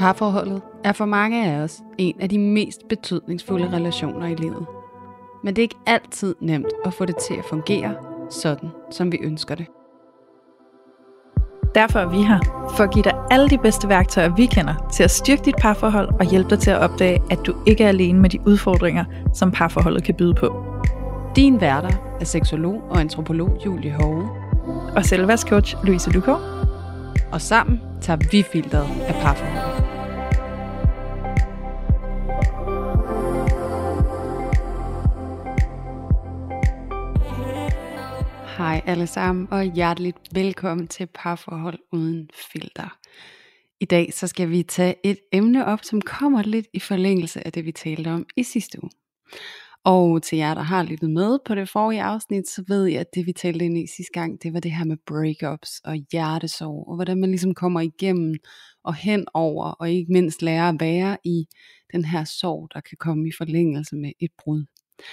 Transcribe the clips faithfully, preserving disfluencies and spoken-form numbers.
Parforholdet er for mange af os en af de mest betydningsfulde relationer i livet. Men det er ikke altid nemt at få det til at fungere sådan, som vi ønsker det. Derfor er vi her, for at give dig alle de bedste værktøjer, vi kender, til at styrke dit parforhold og hjælpe dig til at opdage, at du ikke er alene med de udfordringer, som parforholdet kan byde på. Din værter er seksolog og antropolog Julie Hove Og selvværdscoach Louise Lukov. Og sammen tager vi filteret af parforholdet. Hej alle sammen, og hjerteligt velkommen til Parforhold uden filter. I dag så skal vi tage et emne op, som kommer lidt i forlængelse af det, vi talte om i sidste uge. Og til jer, der har lyttet med på det forrige afsnit, så ved jeg, at det vi talte ind i sidste gang, det var det her med breakups og hjertesorg, og hvordan man ligesom kommer igennem og hen over, og ikke mindst lærer at være i den her sorg, der kan komme i forlængelse med et brud.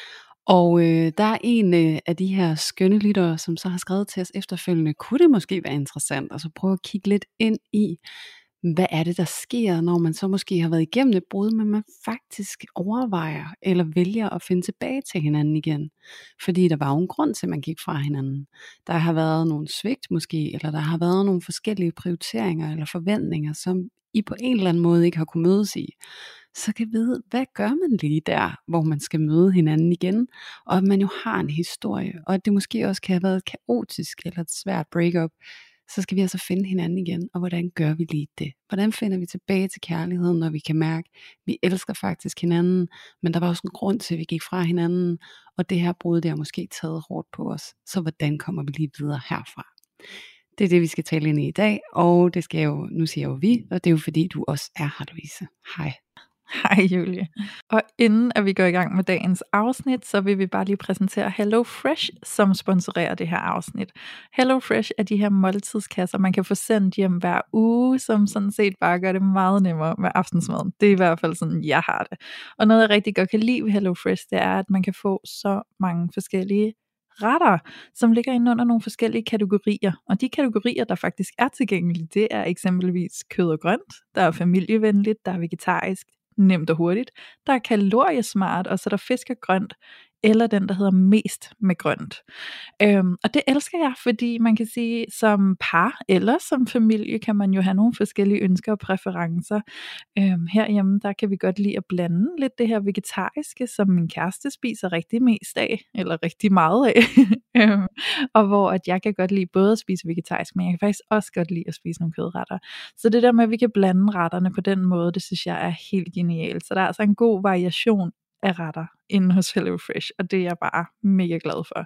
Og øh, der er en øh, af de her skønne lyttere, som så har skrevet til os efterfølgende, kunne det måske være interessant, og så prøve at kigge lidt ind i, hvad er det der sker, når man så måske har været igennem et brud, men man faktisk overvejer eller vælger at finde tilbage til hinanden igen. Fordi der var jo en grund til, at man gik fra hinanden. Der har været nogle svigt måske, eller der har været nogle forskellige prioriteringer eller forventninger, som I på en eller anden måde ikke har kunnet mødes i. Så kan vide, hvad gør man lige der, hvor man skal møde hinanden igen, og at man jo har en historie, og at det måske også kan have været kaotisk eller et svært breakup, så skal vi altså finde hinanden igen, og hvordan gør vi lige det? Hvordan finder vi tilbage til kærligheden, når vi kan mærke, at vi elsker faktisk hinanden, men der var også en grund til, at vi gik fra hinanden, og det her brud, det har måske taget hårdt på os, så hvordan kommer vi lige videre herfra? Det er det, vi skal tale ind i i dag, og det skal jo, nu siger jeg jo vi, og det er jo fordi, du også er her, Louise. Hej. Hej Julie. Og inden at vi går i gang med dagens afsnit, så vil vi bare lige præsentere HelloFresh, som sponsorerer det her afsnit. HelloFresh er de her måltidskasser, man kan få sendt hjem hver uge, som sådan set bare gør det meget nemmere med aftensmaden. Det er i hvert fald sådan, jeg har det. Og noget jeg rigtig godt kan lide ved HelloFresh, det er, at man kan få så mange forskellige retter, som ligger inde under nogle forskellige kategorier. Og de kategorier, der faktisk er tilgængelige, det er eksempelvis kød og grønt, der er familievenligt, der er vegetarisk, nemt og hurtigt. Der er kaloriesmart, og så er der fisk og grønt, eller den, der hedder mest med grønt. Øhm, og det elsker jeg, fordi man kan sige, som par eller som familie, kan man jo have nogle forskellige ønsker og præferencer. Øhm, herhjemme, der kan vi godt lide at blande lidt det her vegetariske, som min kæreste spiser rigtig mest af, eller rigtig meget af. øhm, og hvor at jeg kan godt lide både at spise vegetarisk, men jeg kan faktisk også godt lide at spise nogle kødretter. Så det der med, at vi kan blande retterne på den måde, det synes jeg er helt genialt. Så der er altså en god variation af retter inde hos HelloFresh, og det er jeg bare mega glad for.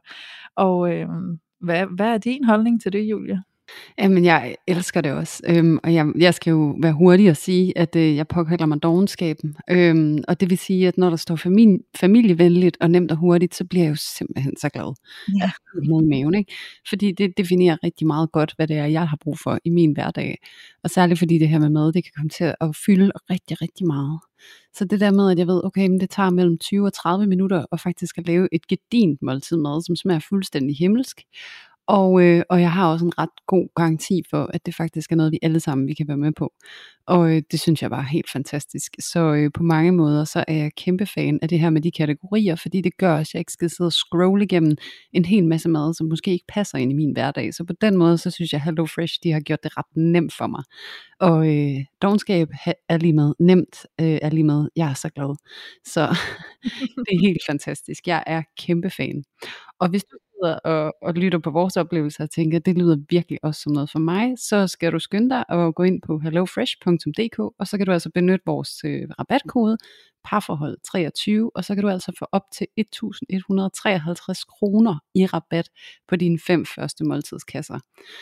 Og øhm, hvad, hvad er din holdning til det, Julie? Jamen, jeg elsker det også, øhm, og jeg, jeg skal jo være hurtig at sige, at øh, jeg påkalder mig dovenskaben, øhm, og det vil sige, at når der står familie, familievenligt og nemt og hurtigt, så bliver jeg jo simpelthen så glad. Ja. Noget i maven, ikke? Fordi det definerer rigtig meget godt, hvad det er, jeg har brug for i min hverdag, og særligt fordi det her med mad, det kan komme til at fylde rigtig, rigtig meget. Så det der med, at jeg ved, okay, men det tager mellem tyve og tredive minutter at faktisk at lave et gedint måltid mad, som smager fuldstændig himmelsk. Og, øh, og jeg har også en ret god garanti for, at det faktisk er noget, vi alle sammen vi kan være med på. Og øh, det synes jeg bare er helt fantastisk. Så øh, på mange måder, så er jeg kæmpe fan af det her med de kategorier, fordi det gør, at jeg ikke skal sidde og scrolle igennem en hel masse mad, som måske ikke passer ind i min hverdag. Så på den måde, så synes jeg, at HelloFresh, de har gjort det ret nemt for mig. Og øh, dovenskab er lige med, nemt øh, er lige med, jeg er så glad. Så det er helt fantastisk. Jeg er kæmpe fan. Og hvis du sidder og, og lytter på vores oplevelser og tænker, at det lyder virkelig også som noget for mig, så skal du skynde dig og gå ind på hellofresh punktum d k, og så kan du altså benytte vores øh, rabatkode parforhold treogtyve, og så kan du altså få op til et tusind et hundrede og treoghalvtreds kroner i rabat på dine fem første måltidskasser.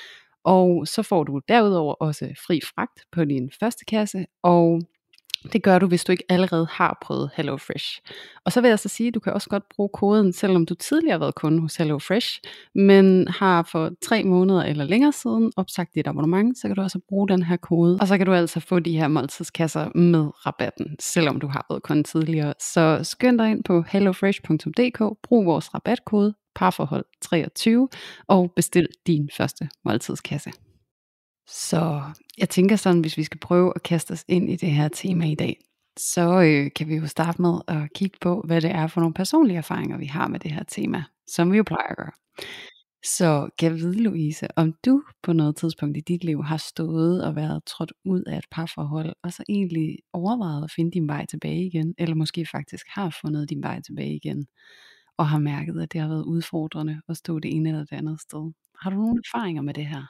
Og så får du derudover også fri fragt på din første kasse, og det gør du, hvis du ikke allerede har prøvet HelloFresh. Og så vil jeg så sige, at du kan også godt bruge koden, selvom du tidligere har været kunde hos HelloFresh, men har for tre måneder eller længere siden opsagt dit abonnement, så kan du også bruge den her kode. Og så kan du altså få de her måltidskasser med rabatten, selvom du har været kunde tidligere. Så skynd dig ind på hellofresh punktum d k, brug vores rabatkode parforhold treogtyve og bestil din første måltidskasse. Så jeg tænker sådan, hvis vi skal prøve at kaste os ind i det her tema i dag, så øh, kan vi jo starte med at kigge på, hvad det er for nogle personlige erfaringer, vi har med det her tema, som vi jo plejer at gøre. Så kan jeg vide, Louise, om du på noget tidspunkt i dit liv har stået og været trådt ud af et parforhold, og så egentlig overvejet at finde din vej tilbage igen, eller måske faktisk har fundet din vej tilbage igen, og har mærket, at det har været udfordrende at stå det ene eller det andet sted. Har du nogle erfaringer med det her?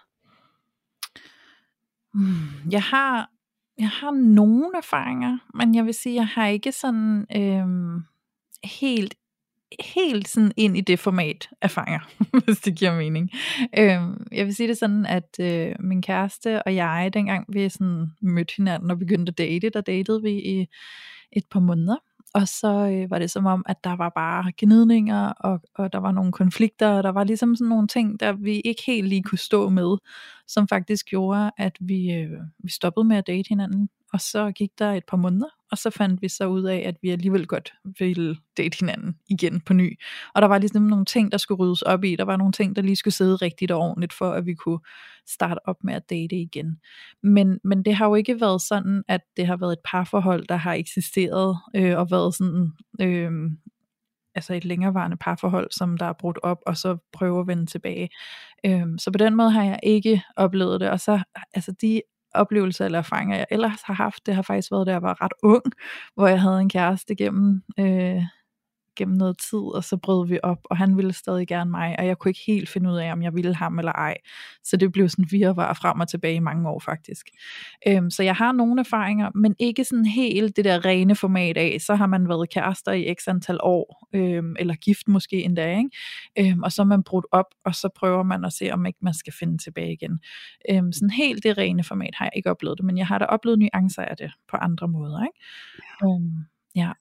Jeg har, jeg har nogle erfaringer, men jeg vil sige, jeg har ikke sådan øhm, helt, helt sådan ind i det format erfaringer, hvis det giver mening. Øhm, jeg vil sige det sådan, at øh, min kæreste og jeg, dengang vi sådan mødte hinanden og begyndte at date, der datede vi i et par måneder. Og så øh, var det som om, at der var bare gnidninger, og, og der var nogle konflikter, og der var ligesom sådan nogle ting, der vi ikke helt lige kunne stå med, som faktisk gjorde, at vi, øh, vi stoppede med at date hinanden. Og så gik der et par måneder, og så fandt vi så ud af, at vi alligevel godt ville date hinanden igen på ny. Og der var ligesom nogle ting, der skulle ryddes op i. Der var nogle ting, der lige skulle sidde rigtigt og ordentligt, for at vi kunne starte op med at date igen. Men, men det har jo ikke været sådan, at det har været et parforhold, der har eksisteret øh, og været sådan... Øh, altså et længerevarende parforhold, som der er brudt op, og så prøver at vende tilbage. Øhm, så på den måde har jeg ikke oplevet det, og så altså de oplevelser eller erfaringer, jeg ellers har haft, det har faktisk været, da jeg var ret ung, hvor jeg havde en kæreste gennem, øh, gennem noget tid, og så brød vi op, og han ville stadig gerne mig, og jeg kunne ikke helt finde ud af, om jeg ville ham eller ej. Så det blev sådan virvar frem og tilbage i mange år faktisk. Øhm, så jeg har nogle erfaringer, men ikke sådan helt det der rene format af, så har man været kærester i x antal år, øhm, eller gift måske endda, ikke? Øhm, og så er man brudt op, og så prøver man at se, om ikke man skal finde tilbage igen. Øhm, sådan helt det rene format har jeg ikke oplevet det, men jeg har da oplevet nuancer af det på andre måder, ikke? Ja. Øhm, ja.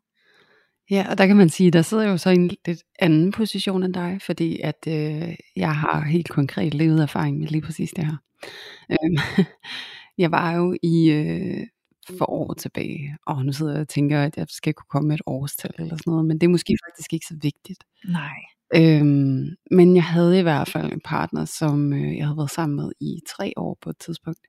Ja, og der kan man sige, der sidder jo så i en lidt anden position end dig, fordi at øh, jeg har helt konkret levet erfaring med lige præcis det her. Øhm, jeg var jo i øh, for år tilbage, og nu sidder jeg og tænker, at jeg skal kunne komme med et årstal eller sådan noget, men det er måske faktisk ikke så vigtigt. Nej. Øhm, men jeg havde i hvert fald en partner, som øh, jeg havde været sammen med i tre år på et tidspunkt.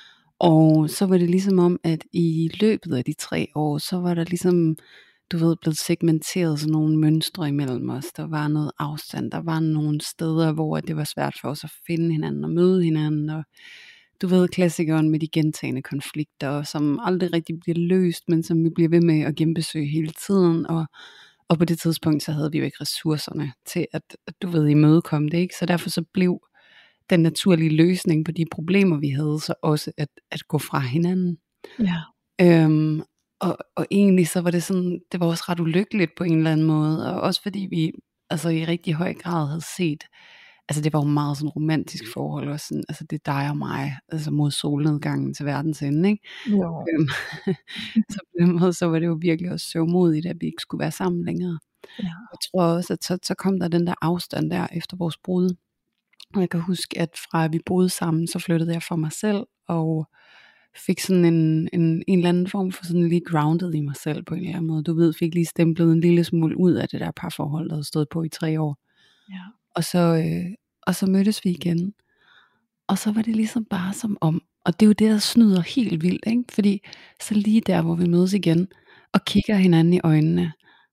Og så var det ligesom om, at i løbet af de tre år, så var der ligesom, du ved, blevet segmenteret sådan nogle mønstre imellem os. Der var noget afstand, der var nogle steder, hvor det var svært for os at finde hinanden og møde hinanden. Og du ved, klassikeren med de gentagne konflikter, som aldrig rigtig bliver løst, men som vi bliver ved med at genbesøge hele tiden. Og, og på det tidspunkt, så havde vi jo ikke ressourcerne til at, at du ved, imødekomme det, ikke? Så derfor så blev den naturlige løsning på de problemer, vi havde, så også at, at gå fra hinanden. Ja. Øhm, og, og egentlig så var det sådan, det var også ret ulykkeligt på en eller anden måde, og også fordi vi altså i rigtig høj grad havde set, altså det var jo meget sådan romantisk forhold også, sådan, altså det er dig og mig, altså mod solnedgangen til verdens ende, ikke? Jo. Øhm, så på den måde, så var det jo virkelig også sørgmodigt, at vi ikke skulle være sammen længere. Ja. Jeg tror også, at så, så kom der den der afstand der efter vores brud. Og jeg kan huske, at fra vi boede sammen, så flyttede jeg for mig selv, og fik sådan en, en, en eller anden form for sådan lige grounded i mig selv på en eller anden måde. Du ved, fik lige stemplet en lille smule ud af det der parforhold, der havde stået på i tre år. Ja. Og så, øh, og så mødtes vi igen. Og så var det ligesom bare som om, og det er jo det, der snyder helt vildt, ikke? Fordi så lige der, hvor vi mødes igen, og kigger hinanden i øjnene,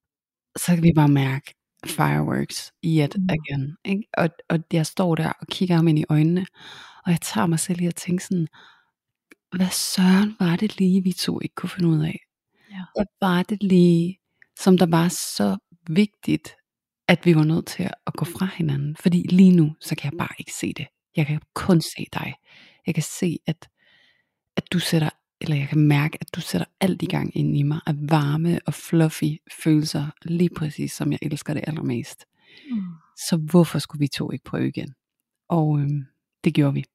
så kan vi bare mærke fireworks yet Mm. again, ikke? Og, og jeg står der og kigger ham ind i øjnene, og jeg tager mig selv i at tænke sådan, hvad søren var det lige, vi to ikke kunne finde ud af? Ja. Hvad var det lige, som der var så vigtigt, at vi var nødt til at gå fra hinanden? Fordi lige nu, så kan jeg bare ikke se det. Jeg kan kun se dig. Jeg kan se, at, at du sætter, eller jeg kan mærke, at du sætter alt i gang ind i mig, af varme og fluffy følelser, lige præcis som jeg elsker det allermest. Mm. Så hvorfor skulle vi to ikke prøve igen? Og øhm, det gjorde vi.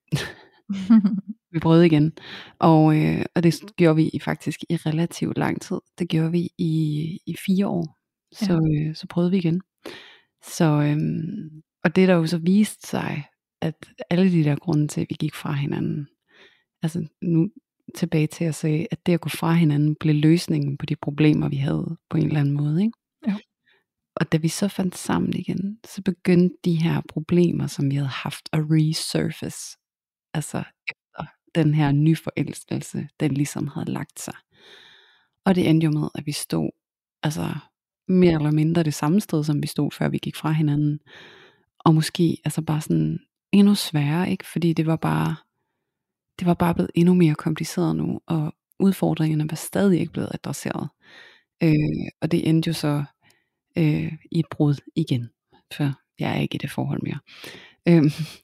Vi prøvede igen, og, øh, og det gjorde vi i faktisk i relativt lang tid. Det gjorde vi i, i fire år, så, ja. øh, så prøvede vi igen. Så, øhm, og det der jo så viste sig, at alle de der grunde til, at vi gik fra hinanden, altså nu tilbage til at sige, at det at gå fra hinanden blev løsningen på de problemer, vi havde på en eller anden måde, ikke? Ja. Og da vi så fandt sammen igen, så begyndte de her problemer, som vi havde haft, at resurface. Altså efter den her nyforelskelse, den ligesom havde lagt sig. Og det endte jo med, at vi stod, altså mere eller mindre det samme sted, som vi stod, før vi gik fra hinanden. Og måske altså bare sådan endnu sværere, ikke? Fordi det var bare, det var bare blevet endnu mere kompliceret nu, og udfordringerne var stadig ikke blevet adresseret. Øh, og det endte jo så øh, i et brud igen, for jeg er ikke i det forhold mere. Øh,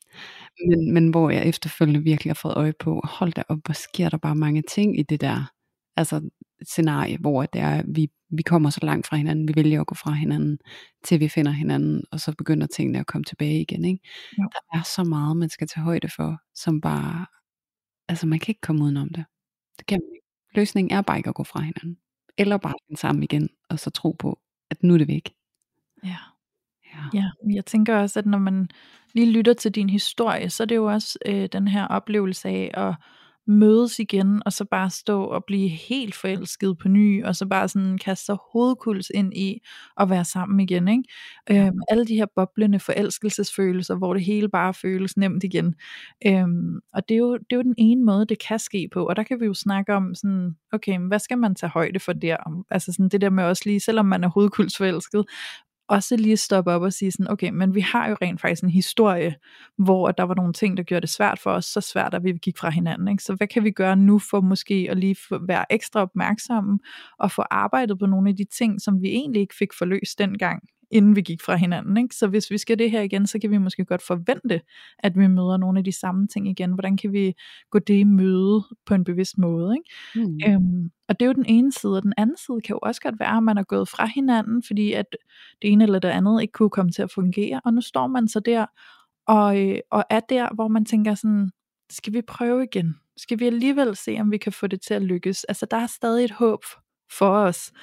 men, men hvor jeg efterfølgende virkelig har fået øje på, hold da op, hvor sker der bare mange ting i det der, altså scenarie, hvor det er, vi, vi kommer så langt fra hinanden, vi vælger at gå fra hinanden, til vi finder hinanden, og så begynder tingene at komme tilbage igen, ikke? Jo. Der er så meget, man skal tage højde for, som bare, altså man kan ikke komme udenom det. Det kan man ikke. Løsningen er bare ikke at gå fra hinanden, eller bare finde sammen igen, og så tro på, at nu er det væk. Ja. Ja. Ja, jeg tænker også, at når man lige lytter til din historie, så er det jo også øh, den her oplevelse af at mødes igen, og så bare stå og blive helt forelsket på ny, og så bare sådan kaste sig hovedkuls ind i at være sammen igen, ikke? Øhm, alle de her boblende forelskelsesfølelser, hvor det hele bare føles nemt igen. Øhm, og det er, jo, det er jo den ene måde, det kan ske på, og der kan vi jo snakke om sådan, okay, hvad skal man tage højde for der? Altså sådan det der med også lige, selvom man er hovedkuls forelsket, også lige stoppe op og sige sådan, okay, men vi har jo rent faktisk en historie, hvor der var nogle ting, der gjorde det svært for os, så svært, at vi gik fra hinanden, ikke? Så hvad kan vi gøre nu for måske at lige være ekstra opmærksomme, og få arbejdet på nogle af de ting, som vi egentlig ikke fik forløst dengang, inden vi gik fra hinanden, ikke? Så hvis vi skal det her igen, så kan vi måske godt forvente, at vi møder nogle af de samme ting igen. Hvordan kan vi gå det i møde på en bevidst måde, ikke? Mm. Øhm, og det er jo den ene side, og den anden side kan jo også godt være, at man er gået fra hinanden, fordi at det ene eller det andet ikke kunne komme til at fungere, og nu står man så der, og, øh, og er der, hvor man tænker sådan, skal vi prøve igen? Skal vi alligevel se, om vi kan få det til at lykkes? Altså der er stadig et håb for os,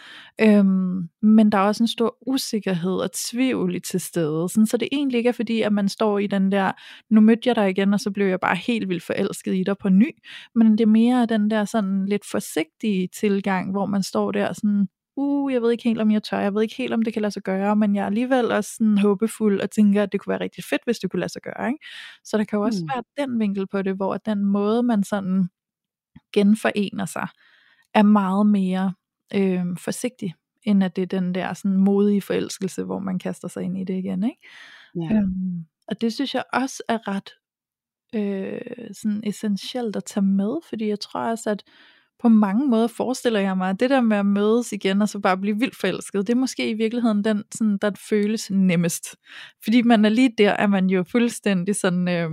øhm, men der er også en stor usikkerhed og tvivl i til stede, sådan, så det egentlig ikke er fordi, at man står i den der, nu mødte jeg dig igen, og så blev jeg bare helt vildt forelsket i dig på ny, men det er mere den der sådan lidt forsigtige tilgang, hvor man står der sådan, uh, jeg ved ikke helt om jeg tør, jeg ved ikke helt om det kan lade sig gøre, men jeg er alligevel også sådan håbefuld og tænker, at det kunne være rigtig fedt, hvis det kunne lade sig gøre, ikke? Så der kan jo også mm. være den vinkel på det, hvor den måde man sådan genforener sig, er meget mere øh, forsigtig, end at det er den der sådan modige forelskelse, hvor man kaster sig ind i det igen, ikke? Ja. Øhm, og det synes jeg også er ret øh, sådan essentielt at tage med, fordi jeg tror også, at på mange måder forestiller jeg mig, at det der med at mødes igen, og så bare blive vildt forelsket, det er måske i virkeligheden den, sådan, der føles nemmest. Fordi man er lige der, er man jo fuldstændig sådan, øh,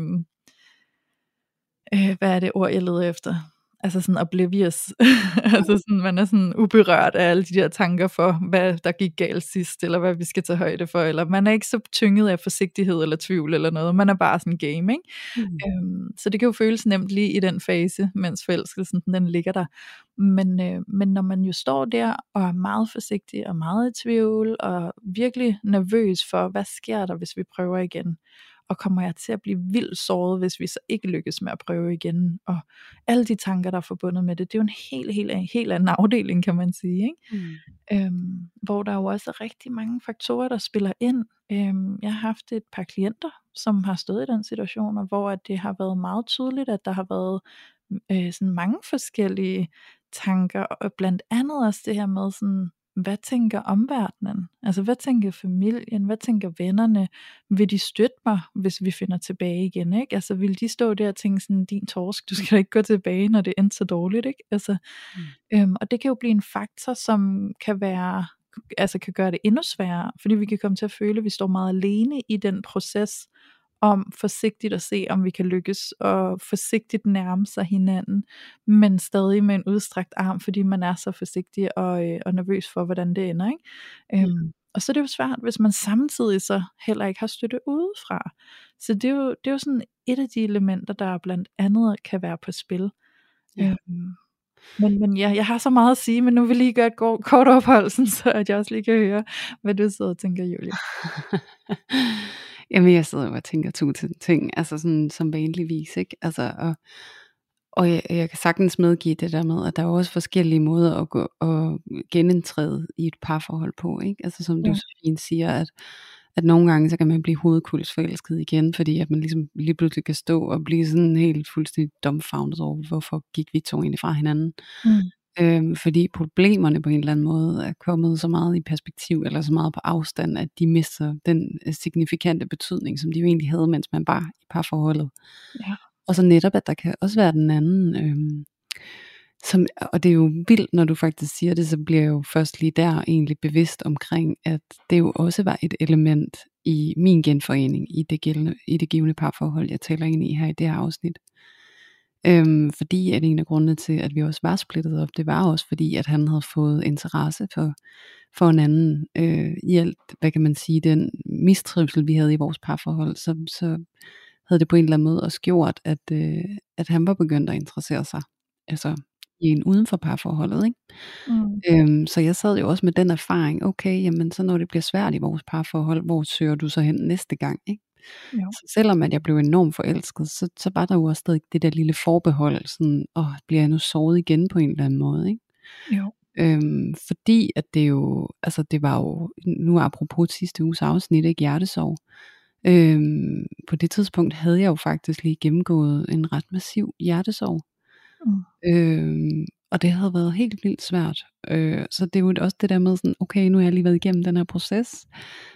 øh, hvad er det ord, jeg leder efter? Altså sådan oblivious, altså sådan, man er sådan uberørt af alle de der tanker for, hvad der gik galt sidst, eller hvad vi skal tage højde for, eller man er ikke så tynget af forsigtighed eller tvivl eller noget, man er bare sådan game, ikke? Mm. Øhm, så det kan jo føles nemt lige i den fase, mens forelskelsen den ligger der, men, øh, men når man jo står der og er meget forsigtig og meget i tvivl og virkelig nervøs for, hvad sker der, hvis vi prøver igen? Og kommer jeg til at blive vildt såret, hvis vi så ikke lykkes med at prøve igen, og alle de tanker, der er forbundet med det, det er jo en helt, helt, helt anden afdeling, kan man sige, ikke? Mm. Øhm, hvor der jo også er rigtig mange faktorer, der spiller ind. Øhm, jeg har haft et par klienter, som har stået i den situation, og hvor at det har været meget tydeligt, at der har været øh, sådan mange forskellige tanker, og blandt andet også det her med sådan, hvad tænker omverdenen? Altså hvad tænker familien? Hvad tænker vennerne? Vil de støtte mig, hvis vi finder tilbage igen? Ikke? Altså vil de stå der og tænke sådan, din torsk, du skal da ikke gå tilbage, når det endte så dårligt, ikke? Altså, mm. øhm, og det kan jo blive en faktor, som kan være, altså kan gøre det endnu sværere, fordi vi kan komme til at føle, at vi står meget alene i den proces, om forsigtigt at se, om vi kan lykkes, og forsigtigt nærme sig hinanden, men stadig med en udstrakt arm, fordi man er så forsigtig og, øh, og nervøs for, hvordan det ender, ikke? Mm. Øhm, og så er det jo svært, hvis man samtidig så heller ikke har støtte udefra. Så det er jo, det er jo sådan et af de elementer, der blandt andet kan være på spil. Ja. Øhm, men, men ja, jeg har så meget at sige, men nu vil jeg lige gøre et kort ophold, så at jeg også lige kan høre, hvad du sidder og tænker, Julie. Jamen jeg sidder og tænker tusind ting, altså sådan som vanligvis, ikke? Altså, og, og jeg, jeg kan sagtens medgive det der med, at der er også forskellige måder at gå og genindtræde i et parforhold på, ikke? Altså som du ja. så fint siger, at, at nogle gange, så kan man blive hovedkulsforelsket igen, fordi at man ligesom lige pludselig kan stå og blive sådan helt fuldstændig dumbfounded over, hvorfor gik vi to egentlig fra hinanden. Mm. Øhm, fordi problemerne på en eller anden måde er kommet så meget i perspektiv, eller så meget på afstand, at de mister den øh, signifikante betydning, som de jo egentlig havde, mens man var i parforholdet. Ja. Og så netop, at der kan også være den anden, øhm, som, og det er jo vildt, når du faktisk siger det, så bliver jeg jo først lige der egentlig bevidst omkring, at det jo også var et element i min genforening, i det, gældende, i det givende parforhold, jeg taler ind i her i det her afsnit. Øhm, fordi at en af grundene til, at vi også var splittet op, det var også fordi, at han havde fået interesse for, for en anden, øh, i alt, hvad kan man sige, den mistrivsel, vi havde i vores parforhold, så, så havde det på en eller anden måde også gjort, at, øh, at han var begyndt at interessere sig, altså i en uden for parforholdet, ikke? Mm. Øhm, så jeg sad jo også med den erfaring, okay, jamen så når det bliver svært i vores parforhold, hvor søger du så hen næste gang, ikke? Jo. Så selvom at jeg blev enormt forelsket, så, så var der jo også stadig det der lille forbehold, sådan, åh, bliver jeg nu såret igen på en eller anden måde, ikke? Jo. Øhm, fordi at det jo, altså det var jo, nu apropos sidste uges afsnit, ikke, hjertesorg. Øhm, på det tidspunkt havde jeg jo faktisk lige gennemgået en ret massiv hjertesorg. Mm. Øhm, og det havde været helt vildt svært. Øh, så det er jo også det der med sådan, okay, nu har jeg lige været igennem den her proces.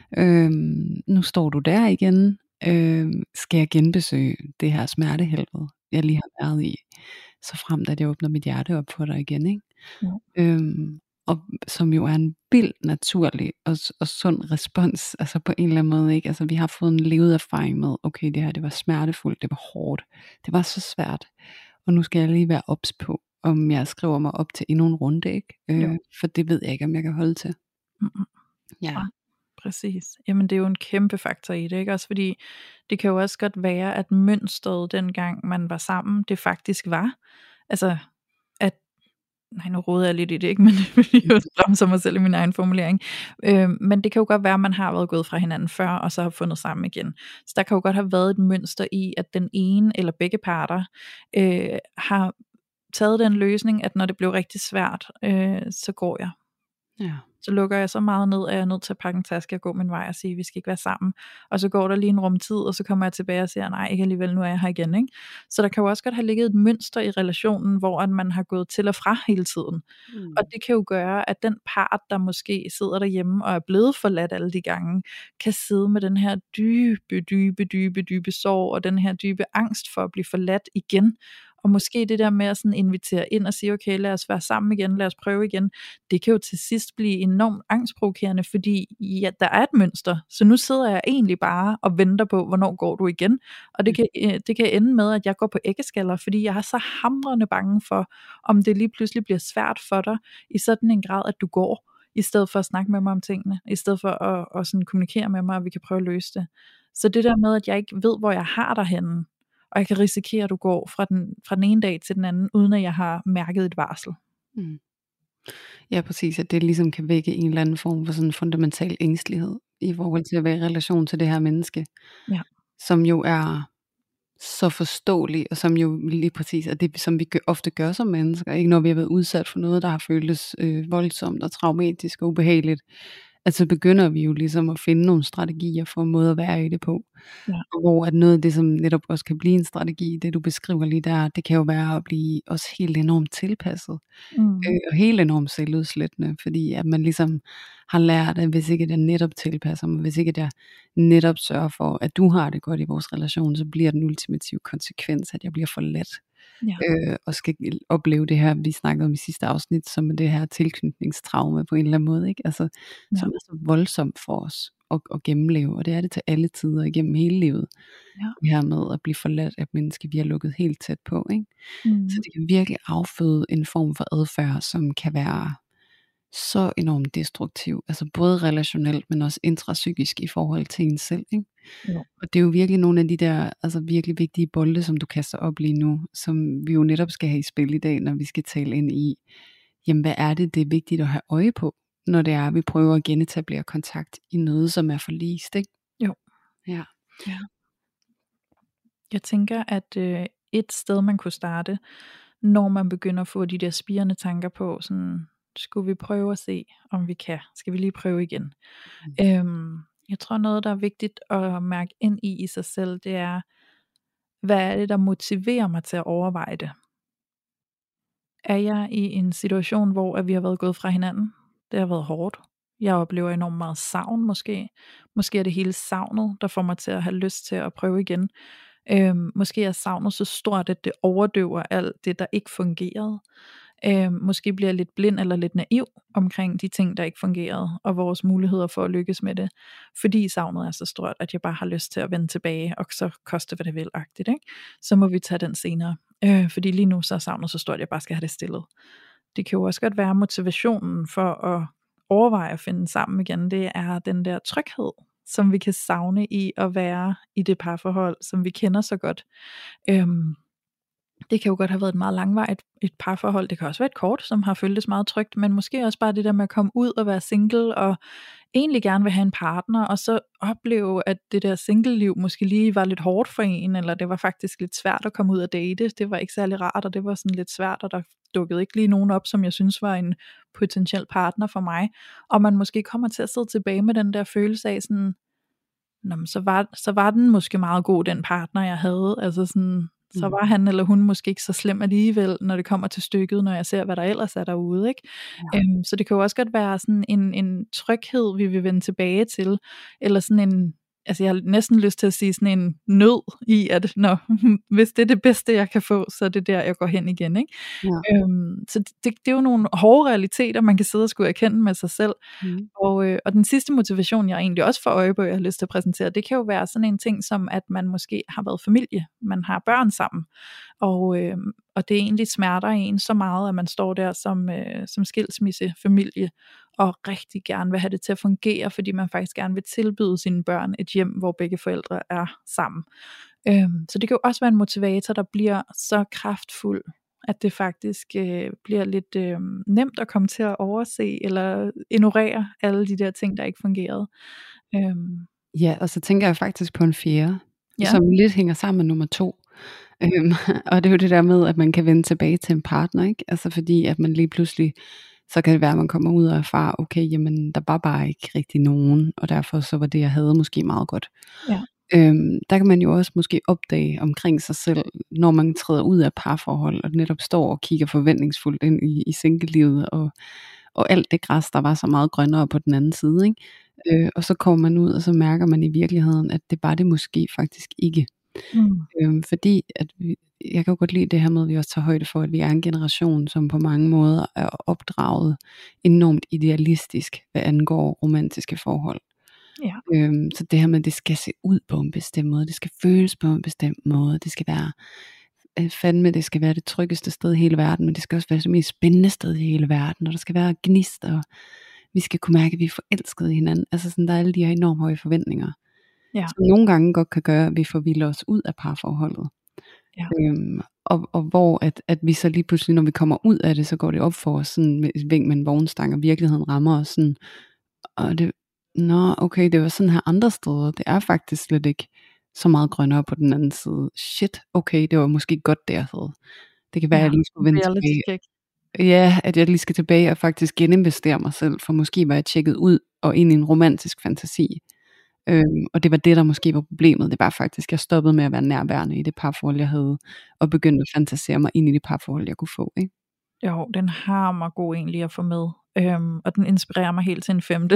Øhm, nu står du der igen. Øhm, skal jeg genbesøge det her smertehelvede, jeg lige har været i, så frem at jeg åbner mit hjerte op for dig igen, ikke? Jo. Øhm, og som jo er en vild naturlig og, og sund respons, altså på en eller anden måde, ikke? Altså vi har fået en levet erfaring med, okay, det her, det var smertefuldt, det var hårdt, det var så svært, og nu skal jeg lige være ops på, om jeg skriver mig op til endnu en runde, ikke? Øh, for det ved jeg ikke, om jeg kan holde til. Mm-mm. Ja. Ja, præcis. Jamen det er jo en kæmpe faktor i det, ikke? Også fordi det kan jo også godt være, at mønstret dengang man var sammen, det faktisk var, altså at, nej nu råder jeg lidt i det, ikke? Men jeg bremser mig selv i min egen formulering. Øh, men det kan jo godt være, at man har været gået fra hinanden før, og så har fundet sammen igen. Så der kan jo godt have været et mønster i, at den ene eller begge parter øh, har taget den løsning, at når det blev rigtig svært, øh, så går jeg. Ja. Så lukker jeg så meget ned, at jeg er nødt til at pakke en taske og gå min vej og sige, vi skal ikke være sammen. Og så går der lige en rum tid, og så kommer jeg tilbage og siger, nej, ikke alligevel, nu er jeg her igen, ikke? Så der kan jo også godt have ligget et mønster i relationen, hvor at man har gået til og fra hele tiden. Mm. Og det kan jo gøre, at den part, der måske sidder derhjemme og er blevet forladt alle de gange, kan sidde med den her dybe, dybe, dybe, dybe sorg, og den her dybe angst for at blive forladt igen. Og måske det der med at sådan invitere ind og sige, okay, lad os være sammen igen, lad os prøve igen, det kan jo til sidst blive enormt angstprovokerende, fordi ja, der er et mønster, så nu sidder jeg egentlig bare og venter på, hvornår går du igen, og det kan, det kan ende med, at jeg går på æggeskaller, fordi jeg er så hamrende bange for, om det lige pludselig bliver svært for dig, i sådan en grad, at du går, i stedet for at snakke med mig om tingene, i stedet for at, at sådan kommunikere med mig, og vi kan prøve at løse det. Så det der med, at jeg ikke ved, hvor jeg har dig henne, og jeg kan risikere, at du går fra den, fra den ene dag til den anden, uden at jeg har mærket et varsel. Mm. Ja, præcis, at det ligesom kan vække en eller anden form for sådan en fundamental ængstelighed, i forhold til at være i relation til det her menneske, Ja. som jo er så forståelig, og som jo lige præcis er det, som vi ofte gør som mennesker, ikke, når vi har været udsat for noget, der har føltes øh, voldsomt og traumatisk og ubehageligt, at så begynder vi jo ligesom at finde nogle strategier for en måde at være i det på. Ja. Og hvor at noget af det, som netop også kan blive en strategi, det du beskriver lige der, det kan jo være at blive også helt enormt tilpasset, Mm. øh, og helt enormt selvudslættende, fordi at man ligesom har lært, at hvis ikke det netop tilpasser mig, hvis ikke det netop sørger for, at du har det godt i vores relation, så bliver den ultimative konsekvens, at jeg bliver forladt. Ja. Øh, og skal opleve det her, vi snakkede om i sidste afsnit, som det her tilknytningstraume på en eller anden måde, ikke? Altså, Ja. som er så voldsomt for os at, at gennemleve, og det er det til alle tider igennem hele livet. Ja. Det her med at blive forladt af et menneske, vi har lukket helt tæt på, ikke? Mm. Så det kan virkelig afføde en form for adfærd, som kan være så enormt destruktiv, altså både relationelt, men også intrapsykisk i forhold til en selv, ikke? Jo. Og det er jo virkelig nogle af de der altså virkelig vigtige bolde, som du kaster op lige nu, som vi jo netop skal have i spil i dag, når vi skal tale ind i, jamen hvad er det, det er vigtigt at have øje på, når det er, at vi prøver at genetablere kontakt i noget, som er forlist, ikke? Jo. Ja. Ja. Jeg tænker, at øh, et sted, man kunne starte, når man begynder at få de der spirende tanker på, sådan, skulle vi prøve at se, om vi kan? Skal vi lige prøve igen? Mm. Øhm, Jeg tror noget, der er vigtigt at mærke ind i i sig selv, det er, hvad er det, der motiverer mig til at overveje det? Er jeg i en situation, hvor at vi har været gået fra hinanden? Det har været hårdt. Jeg oplever enormt meget savn måske. Måske er det hele savnet, der får mig til at have lyst til at prøve igen. Øhm, måske er savnet så stort, at det overdøver alt det, der ikke fungerede. Øhm, måske bliver jeg lidt blind eller lidt naiv omkring de ting, der ikke fungerede, og vores muligheder for at lykkes med det. Fordi savnet er så stort, at jeg bare har lyst til at vende tilbage, og så koste hvad det vil-agtigt, ikke? Så må vi tage den senere. Øh, fordi lige nu så er savnet så stort, at jeg bare skal have det stillet. Det kan jo også godt være motivationen for at overveje at finde sammen igen, det er den der tryghed, som vi kan savne i at være i det parforhold, som vi kender så godt. Øhm, det kan jo godt have været et meget langvarigt et parforhold, det kan også være et kort, som har føltes meget trygt, men måske også bare det der med at komme ud og være single, og egentlig gerne vil have en partner, og så opleve, at det der single-liv måske lige var lidt hårdt for en, eller det var faktisk lidt svært at komme ud og date, det var ikke særlig rart, og det var sådan lidt svært, og der dukkede ikke lige nogen op, som jeg synes var en potentiel partner for mig, og man måske kommer til at sidde tilbage med den der følelse af sådan, nå, men så var, så var den måske meget god, den partner jeg havde, altså sådan, så var han eller hun måske ikke så slem alligevel, når det kommer til stykket, når jeg ser, hvad der ellers er derude, ikke? Ja. Øhm, så det kan jo også godt være sådan en, en tryghed, vi vil vende tilbage til, eller sådan en, altså jeg har næsten lyst til at sige sådan en nød i, at når, hvis det er det bedste, jeg kan få, så er det der, jeg går hen igen, ikke? Ja. Øhm, så det, det er jo nogle hårde realiteter, man kan sidde og skulle erkende med sig selv, mm. og, øh, og den sidste motivation, jeg egentlig også får øje på, jeg har lyst til at præsentere, det kan jo være sådan en ting, som at man måske har været familie, man har børn sammen, og, øh, og det egentlig smerter en så meget, at man står der som, øh, som skilsmissefamilie, og rigtig gerne vil have det til at fungere, fordi man faktisk gerne vil tilbyde sine børn et hjem, hvor begge forældre er sammen. Øhm, så det kan jo også være en motivator, der bliver så kraftfuld, at det faktisk øh, bliver lidt øh, nemt at komme til at overse, eller ignorere alle de der ting, der ikke fungerede. Øhm. Ja, og så tænker jeg faktisk på en fjerde, ja. Som lidt hænger sammen med nummer to. Øhm, og det er jo det der med, at man kan vende tilbage til en partner, ikke? Altså fordi, at man lige pludselig, så kan det være, at man kommer ud og erfarer, okay, jamen der var bare ikke rigtig nogen, og derfor så var det, jeg havde, måske meget godt. Ja. Øhm, der kan man jo også måske opdage omkring sig selv, når man træder ud af parforhold, og netop står og kigger forventningsfuldt ind i, i single-livet, og, og alt det græs, der var så meget grønnere på den anden side, ikke? Øh, og så kommer man ud, og så mærker man i virkeligheden, at det var det måske faktisk ikke. Mm. Øhm, fordi at vi, jeg kan jo godt lide det her med, at vi også tager højde for, at vi er en generation, som på mange måder er opdraget enormt idealistisk, hvad angår romantiske forhold. Ja. Øhm, så det her med, at det skal se ud på en bestemt måde, det skal føles på en bestemt måde, det skal være øh, fandme, det skal være det tryggeste sted i hele verden, men det skal også være det mest spændende sted i hele verden, og der skal være gnist, og vi skal kunne mærke, at vi er forelskede i hinanden. Altså sådan, der er alle de her enormt høje forventninger, ja. Som nogle gange godt kan gøre, at vi forvilder os ud af parforholdet. Ja. Øhm, og, og hvor at, at vi så lige pludselig, når vi kommer ud af det, så går det op for os sådan med vink med en vognstang, og virkeligheden rammer os sådan, og det, nå okay, det var sådan her andre steder, det er faktisk slet ikke så meget grønnere på den anden side. Shit, okay, det var måske godt det jeg havde. Det kan være, ja, at jeg lige skulle vende tilbage. Ja, at jeg lige skal tilbage og faktisk geninvestere mig selv, for måske var jeg tjekket ud og ind i en romantisk fantasi. Øhm, og det var det, der måske var problemet. Det var faktisk, at jeg stoppede med at være nærværende i det parforhold, jeg havde, og begyndte at fantasere mig ind i det parforhold, jeg kunne få, ikke? Jo, den har mig god egentlig at få med, øhm, og den inspirerer mig helt til en femte.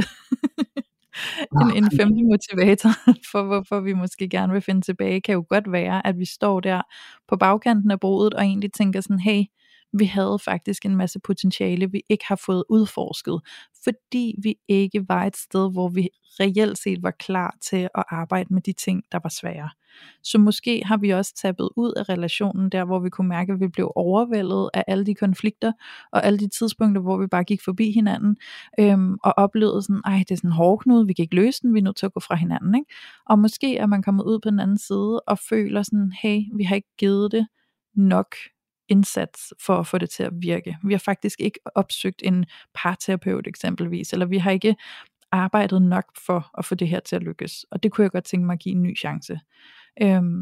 en, en femte motivator for, hvorfor vi måske gerne vil finde tilbage, kan jo godt være, at vi står der på bagkanten af brodet, og egentlig tænker sådan, hey, vi havde faktisk en masse potentiale, vi ikke har fået udforsket, fordi vi ikke var et sted, hvor vi reelt set var klar til at arbejde med de ting, der var svære. Så måske har vi også tappet ud af relationen der, hvor vi kunne mærke, at vi blev overvældet af alle de konflikter, og alle de tidspunkter, hvor vi bare gik forbi hinanden, øhm, og oplevede sådan, ej, det er sådan en hårdknude, vi kan ikke løse den, vi er nødt til at gå fra hinanden, ikke? Og måske er man kommet ud på den anden side, og føler sådan, hey, vi har ikke givet det nok indsats for at få det til at virke. Vi har faktisk ikke opsøgt en parterapeut eksempelvis, eller vi har ikke arbejdet nok for at få det her til at lykkes, og det kunne jeg godt tænke mig at give en ny chance. Øhm,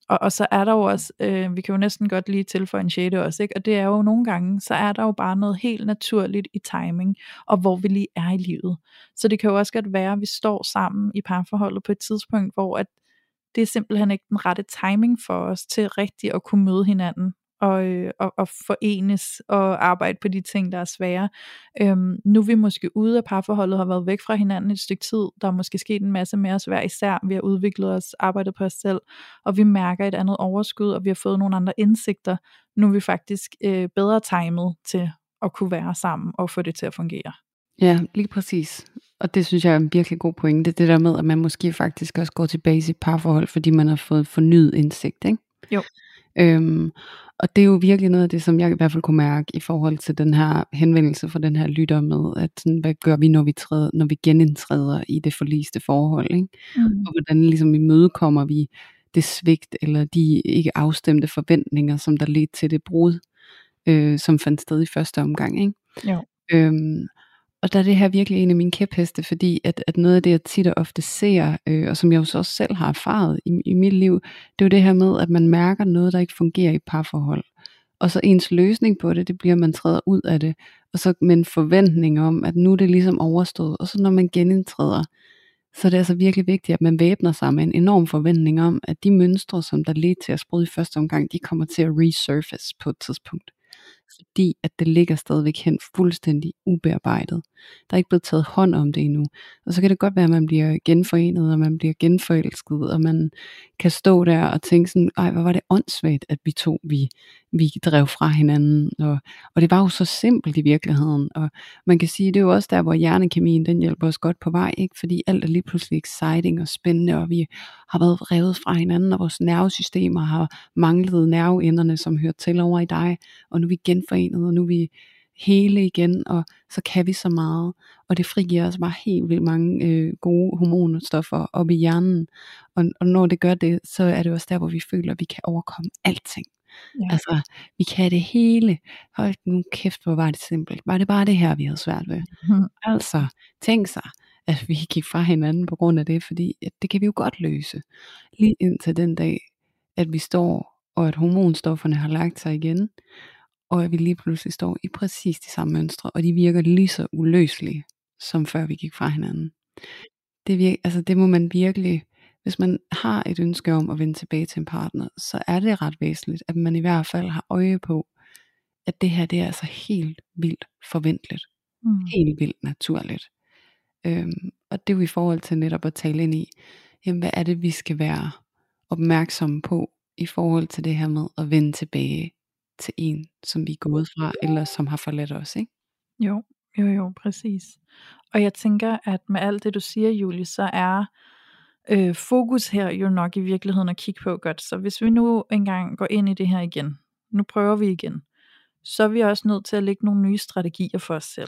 Og, og så er der jo også, øh, vi kan jo næsten godt lige tilføje en sjette også, ikke? Og det er jo nogle gange, så er der jo bare noget helt naturligt i timing, og hvor vi lige er i livet. Så det kan jo også godt være, at vi står sammen i parforholdet på et tidspunkt, hvor at det er simpelthen ikke den rette timing for os til rigtigt at kunne møde hinanden, og, øh, og, og forenes og arbejde på de ting, der er svære. Øhm, nu er vi måske ude af parforholdet, har været væk fra hinanden et stykke tid, der er måske sket en masse med os hver især, vi har udviklet os, arbejdet på os selv, og vi mærker et andet overskud, og vi har fået nogle andre indsigter. Nu er vi faktisk øh, bedre timet til at kunne være sammen og få det til at fungere. Ja, lige præcis. Og det synes jeg er en virkelig god pointe. Det der med, at man måske faktisk også går tilbage i sit parforhold, fordi man har fået fornyet indsigt, ikke? Jo. Øhm, og det er jo virkelig noget af det, som jeg i hvert fald kunne mærke i forhold til den her henvendelse fra den her lytter med, at sådan, hvad gør vi, når vi, træder, når vi genindtræder i det forliste forhold, ikke? Mm. Og hvordan ligesom imødekommer vi det svigt, eller de ikke afstemte forventninger, som der ledte til det brud, øh, som fandt sted i første omgang, ikke? Jo. Øhm, og der er det her virkelig en af mine kæpheste, fordi at, at noget af det, jeg tit og ofte ser, øh, og som jeg jo så også selv har erfaret i, i mit liv, det er jo det her med, at man mærker noget, der ikke fungerer i parforhold. Og så ens løsning på det, det bliver, at man træder ud af det, og så med en forventning om, at nu er det ligesom overstået. Og så når man genindtræder, så er det altså virkelig vigtigt, at man væbner sig med en enorm forventning om, at de mønstre, som der ledte til at sprøde i første omgang, de kommer til at resurface på et tidspunkt. Fordi at det ligger stadigvæk hen fuldstændig ubearbejdet. Der er ikke blevet taget hånd om det endnu. Og så kan det godt være, at man bliver genforenet, og man bliver genforelsket, og man kan stå der og tænke sådan, ej, hvor var det åndssvagt, at vi to, vi, vi drev fra hinanden. Og, og det var jo så simpelt i virkeligheden. Og man kan sige, det er jo også der, hvor hjernekemien, den hjælper os godt på vej, ikke? Fordi alt er lige pludselig exciting og spændende, og vi har været revet fra hinanden, og vores nervesystemer har manglet nerveenderne, som hører til over i dig, og nu er vi genforenet, og nu er vi hele igen, og så kan vi så meget, og det frigiver os bare helt vildt mange øh, gode hormonstoffer op i hjernen, og, og når det gør det, så er det også der, hvor vi føler, at vi kan overkomme alting. Ja. Altså, vi kan det hele. Hold nu kæft, hvor var det simpelt. Var det bare det her, vi havde svært ved? Mm. Altså, tænk sig, at vi gik fra hinanden på grund af det, fordi at det kan vi jo godt løse. Lige indtil den dag, at vi står, og at hormonstofferne har lagt sig igen, og at vi lige pludselig står i præcis de samme mønstre, og de virker lige så uløselige, som før vi gik fra hinanden. Det, virker, altså det må man virkelig, hvis man har et ønske om at vende tilbage til en partner, så er det ret væsentligt, at man i hvert fald har øje på, at det her, det er altså helt vildt forventeligt. Mm. Helt vildt naturligt. Øhm, og det er jo i forhold til netop at tale ind i, jamen, hvad er det, vi skal være opmærksomme på, i forhold til det her med at vende tilbage til en, som vi er gået fra, eller som har forladt os, ikke? Jo, jo, jo, præcis. Og jeg tænker, at med alt det, du siger, Julie, så er øh, fokus her jo nok i virkeligheden at kigge på godt. Så hvis vi nu engang går ind i det her igen, nu prøver vi igen, så er vi også nødt til at lægge nogle nye strategier for os selv.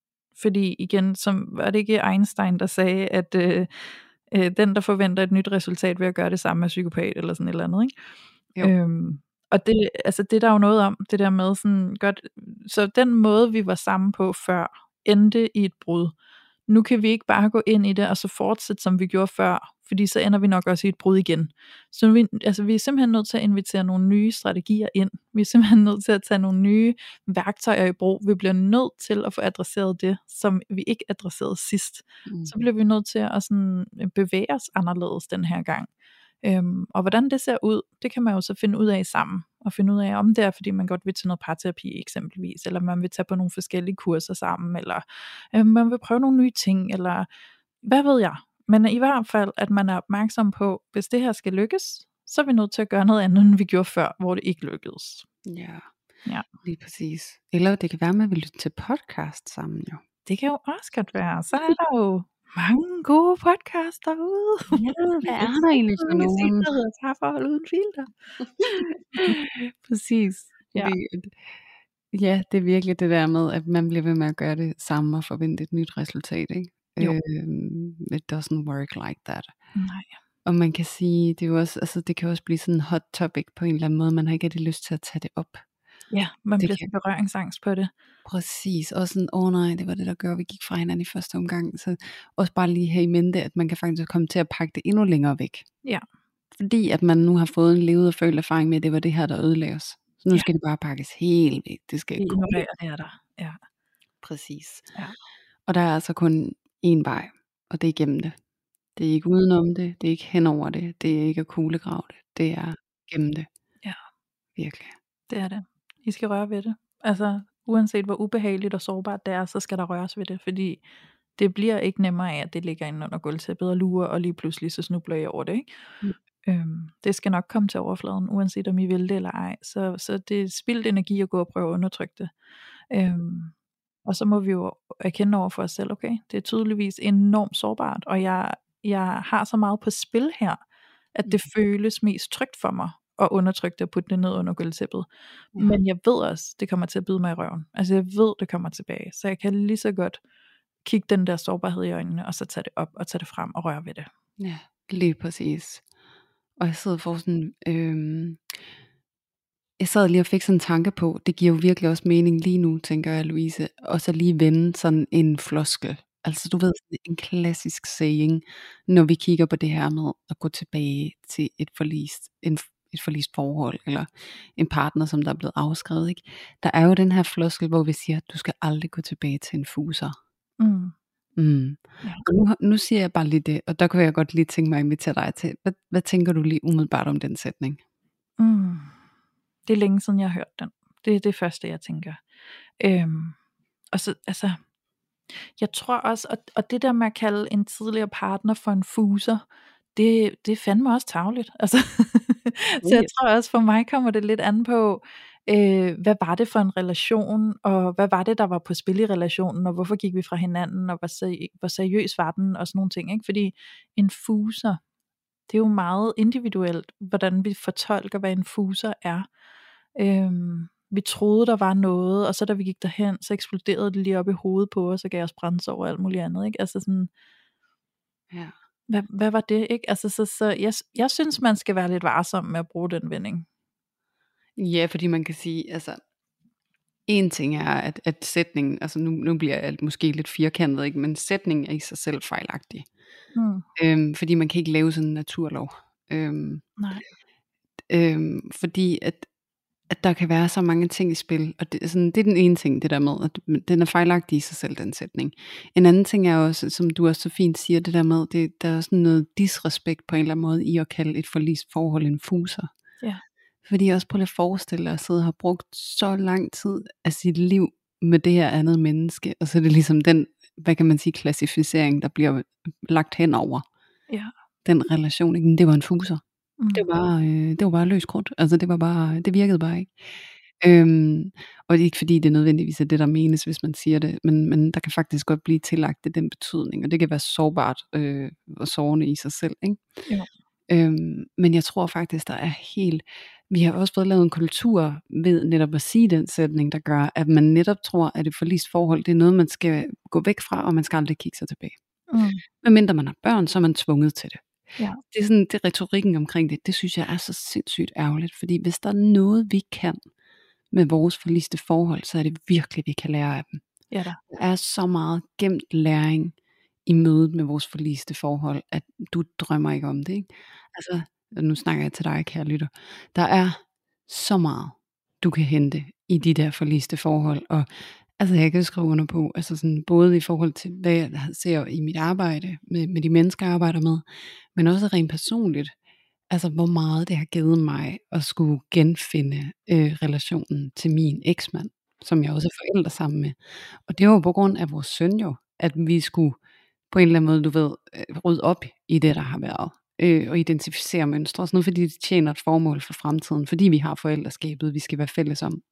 Fordi igen, som var det ikke Einstein, der sagde, at øh, øh, den, der forventer et nyt resultat ved at gøre det samme, er psykopat, eller sådan et eller andet, ikke? Øhm, og det, altså det er der jo noget om, det der med sådan godt, så den måde vi var sammen på før, endte i et brud. Nu kan vi ikke bare gå ind i det, og så fortsætte som vi gjorde før, fordi så ender vi nok også i et brud igen. Så vi, altså vi er simpelthen nødt til at invitere nogle nye strategier ind. Vi er simpelthen nødt til at tage nogle nye værktøjer i brug. Vi bliver nødt til at få adresseret det, som vi ikke adresserede sidst. Mm. Så bliver vi nødt til at sådan bevæge os anderledes den her gang. Øhm, og hvordan det ser ud, det kan man jo så finde ud af sammen, og finde ud af, om det er, fordi man godt vil til noget parterapi eksempelvis, eller man vil tage på nogle forskellige kurser sammen, eller øhm, man vil prøve nogle nye ting, eller hvad ved jeg. Men i hvert fald, at man er opmærksom på, hvis det her skal lykkes, så er vi nødt til at gøre noget andet, end vi gjorde før, hvor det ikke lykkedes. Ja, ja. Lige præcis. Eller det kan være, at man vil lytte til podcast sammen jo. Det kan jo også godt være. Så er der jo mange gode podcasts derude. Ja, hvad er der egentlig for nogen? Der hedder Parforhold uden filter. Præcis. Ja. Det, ja, det er virkelig det der med, at man bliver ved med at gøre det samme og forvente et nyt resultat, ikke? Jo. Øhm, it doesn't work like that. Nej. Og man kan sige, det er jo også, altså det kan også blive sådan en hot topic på en eller anden måde, man har ikke rigtig lyst til at tage det op. Ja, man det bliver kan... berøringsangst på det. Præcis, og sådan, åh oh nej, det var det der gør, vi gik fra hinanden i første omgang. Så også bare lige have i mente, at man kan faktisk komme til at pakke det endnu længere væk. Ja. fordi at man nu har fået en levet og følt erfaring med, at det var det her, der ødelagde os. Så nu Ja. skal det bare pakkes helt væk. Det skal Vi gå. ignorerer det er der. Ja. Præcis. Ja. Og der er altså kun én vej, og det er igennem det. Det er ikke udenom det, det er ikke henover det, det er ikke at kuglegrave det, det er gennem det. Ja. Virkelig. Det er det. I skal røre ved det. Altså, uanset hvor ubehageligt og sårbart det er, så skal der røres ved det, fordi det bliver ikke nemmere af, at det ligger inde under gulvtæppet og lurer, og lige pludselig så snubler I over det, ikke? Mm. Øhm, det skal nok komme til overfladen, uanset om I vil det eller ej. Så, så det er spildt energi at gå og prøve at undertrykke det. Øhm, og så må vi jo erkende over for os selv, okay, det er tydeligvis enormt sårbart, og jeg, jeg har så meget på spil her, at det Mm. føles mest trygt for mig at undertrykke det og putte det ned under gulvtæppet. Ja. Men jeg ved også, det kommer til at bide mig i røven. Altså jeg ved, det kommer tilbage. Så jeg kan lige så godt kigge den der sårbarhed i øjnene, og så tage det op og tage det frem og røre ved det. Ja, lige præcis. Og jeg sidder for sådan, øhm, jeg sad lige og fik sådan en tanke på, det giver jo virkelig også mening lige nu, tænker jeg, Louise, og så lige vende sådan en floskel. Altså du ved, sådan en klassisk saying, når vi kigger på det her med at gå tilbage til et forlist, en, et forlist forhold, eller en partner, som der er blevet afskrevet, ikke? Der er jo den her floskel, hvor vi siger, at du skal aldrig gå tilbage til en fuser. Mm. Mm. Ja. Og nu, nu siger jeg bare lige det, og der kunne jeg godt lige tænke mig at invitere dig til. Hvad, hvad tænker du lige umiddelbart om den sætning? Mm. Det er længe siden, jeg har hørt den. Det er det første, jeg tænker. Øhm, og så, altså, jeg tror også, og, og det der med at kalde en tidligere partner for en fuser, det, det er fandme også tarveligt. Altså, så jeg tror også, for mig kommer det lidt an på, øh, hvad var det for en relation, og hvad var det, der var på spil i relationen, og hvorfor gik vi fra hinanden, og hvor, seri- hvor seriøs var den, og sådan nogle ting. Ikke? Fordi en fuser, det er jo meget individuelt, hvordan vi fortolker, hvad en fuser er. Øhm, vi troede, der var noget, og så da vi gik derhen, så eksploderede det lige op i hovedet på os, og gav os brændsår og alt muligt andet, ikke? Altså sådan, Ja. hvad, hvad var det, ikke? Altså, så, så jeg, jeg synes, man skal være lidt varsom med at bruge den vending. Ja, fordi man kan sige, altså, en ting er, at, at sætningen, altså nu, nu bliver jeg måske lidt firkantet, ikke? Men sætningen er i sig selv fejlagtig. Mm. Øhm, fordi man kan ikke lave sådan en naturlov. Øhm, Nej. øhm, fordi at, at der kan være så mange ting i spil, og det, sådan, det er den ene ting, det der med, at den er fejlagtig i sig selv, den sætning. En anden ting er også, som du også så fint siger, det der med, det, der er sådan noget disrespekt på en eller anden måde, i at kalde et forlist forhold en fuser. Ja. Fordi jeg også prøver at forestille dig, at sidde og have brugt så lang tid af sit liv med det her andet menneske, og så er det ligesom den, hvad kan man sige, klassificering, der bliver lagt hen over Ja. den relation, ikke? Det var en fuser. Mm. Det var bare, øh, det var bare løs krudt. Altså det var bare, det virkede bare ikke. Øhm, og det er ikke fordi det er nødvendigvis er det der menes, hvis man siger det, men, men der kan faktisk godt blive tillagt det, den betydning, og det kan være sårbart øh, og sårende i sig selv, ikke? Ja. Øhm, men jeg tror faktisk der er helt, vi har også fået lavet en kultur ved netop at sige den sætning, der gør, at man netop tror, at et forlist forhold, det er noget man skal gå væk fra, og man skal aldrig kigge sig tilbage. Mm. Medmindre man har børn, så er man tvunget til det. Ja. Det er sådan, det retorikken omkring det, det synes jeg er så sindssygt ærgerligt, fordi hvis der er noget vi kan med vores forliste forhold, så er det virkelig vi kan lære af dem. Ja da. Der er så meget gemt læring i mødet med vores forliste forhold, at du drømmer ikke om det, ikke? Altså, nu snakker jeg til dig, kære lytter. Der er så meget du kan hente i de der forliste forhold, og altså jeg kan skrive under på, altså sådan, både i forhold til hvad jeg ser i mit arbejde med, med de mennesker jeg arbejder med, men også rent personligt, altså hvor meget det har givet mig at skulle genfinde øh, relationen til min eksmand, som jeg også er forældre sammen med. Og det var på grund af vores søn jo, at vi skulle på en eller anden måde, du ved, øh, rydde op i det der har været, øh, og identificere mønstre og sådan noget, fordi det tjener et formål for fremtiden, fordi vi har forældreskabet, vi skal være fælles om.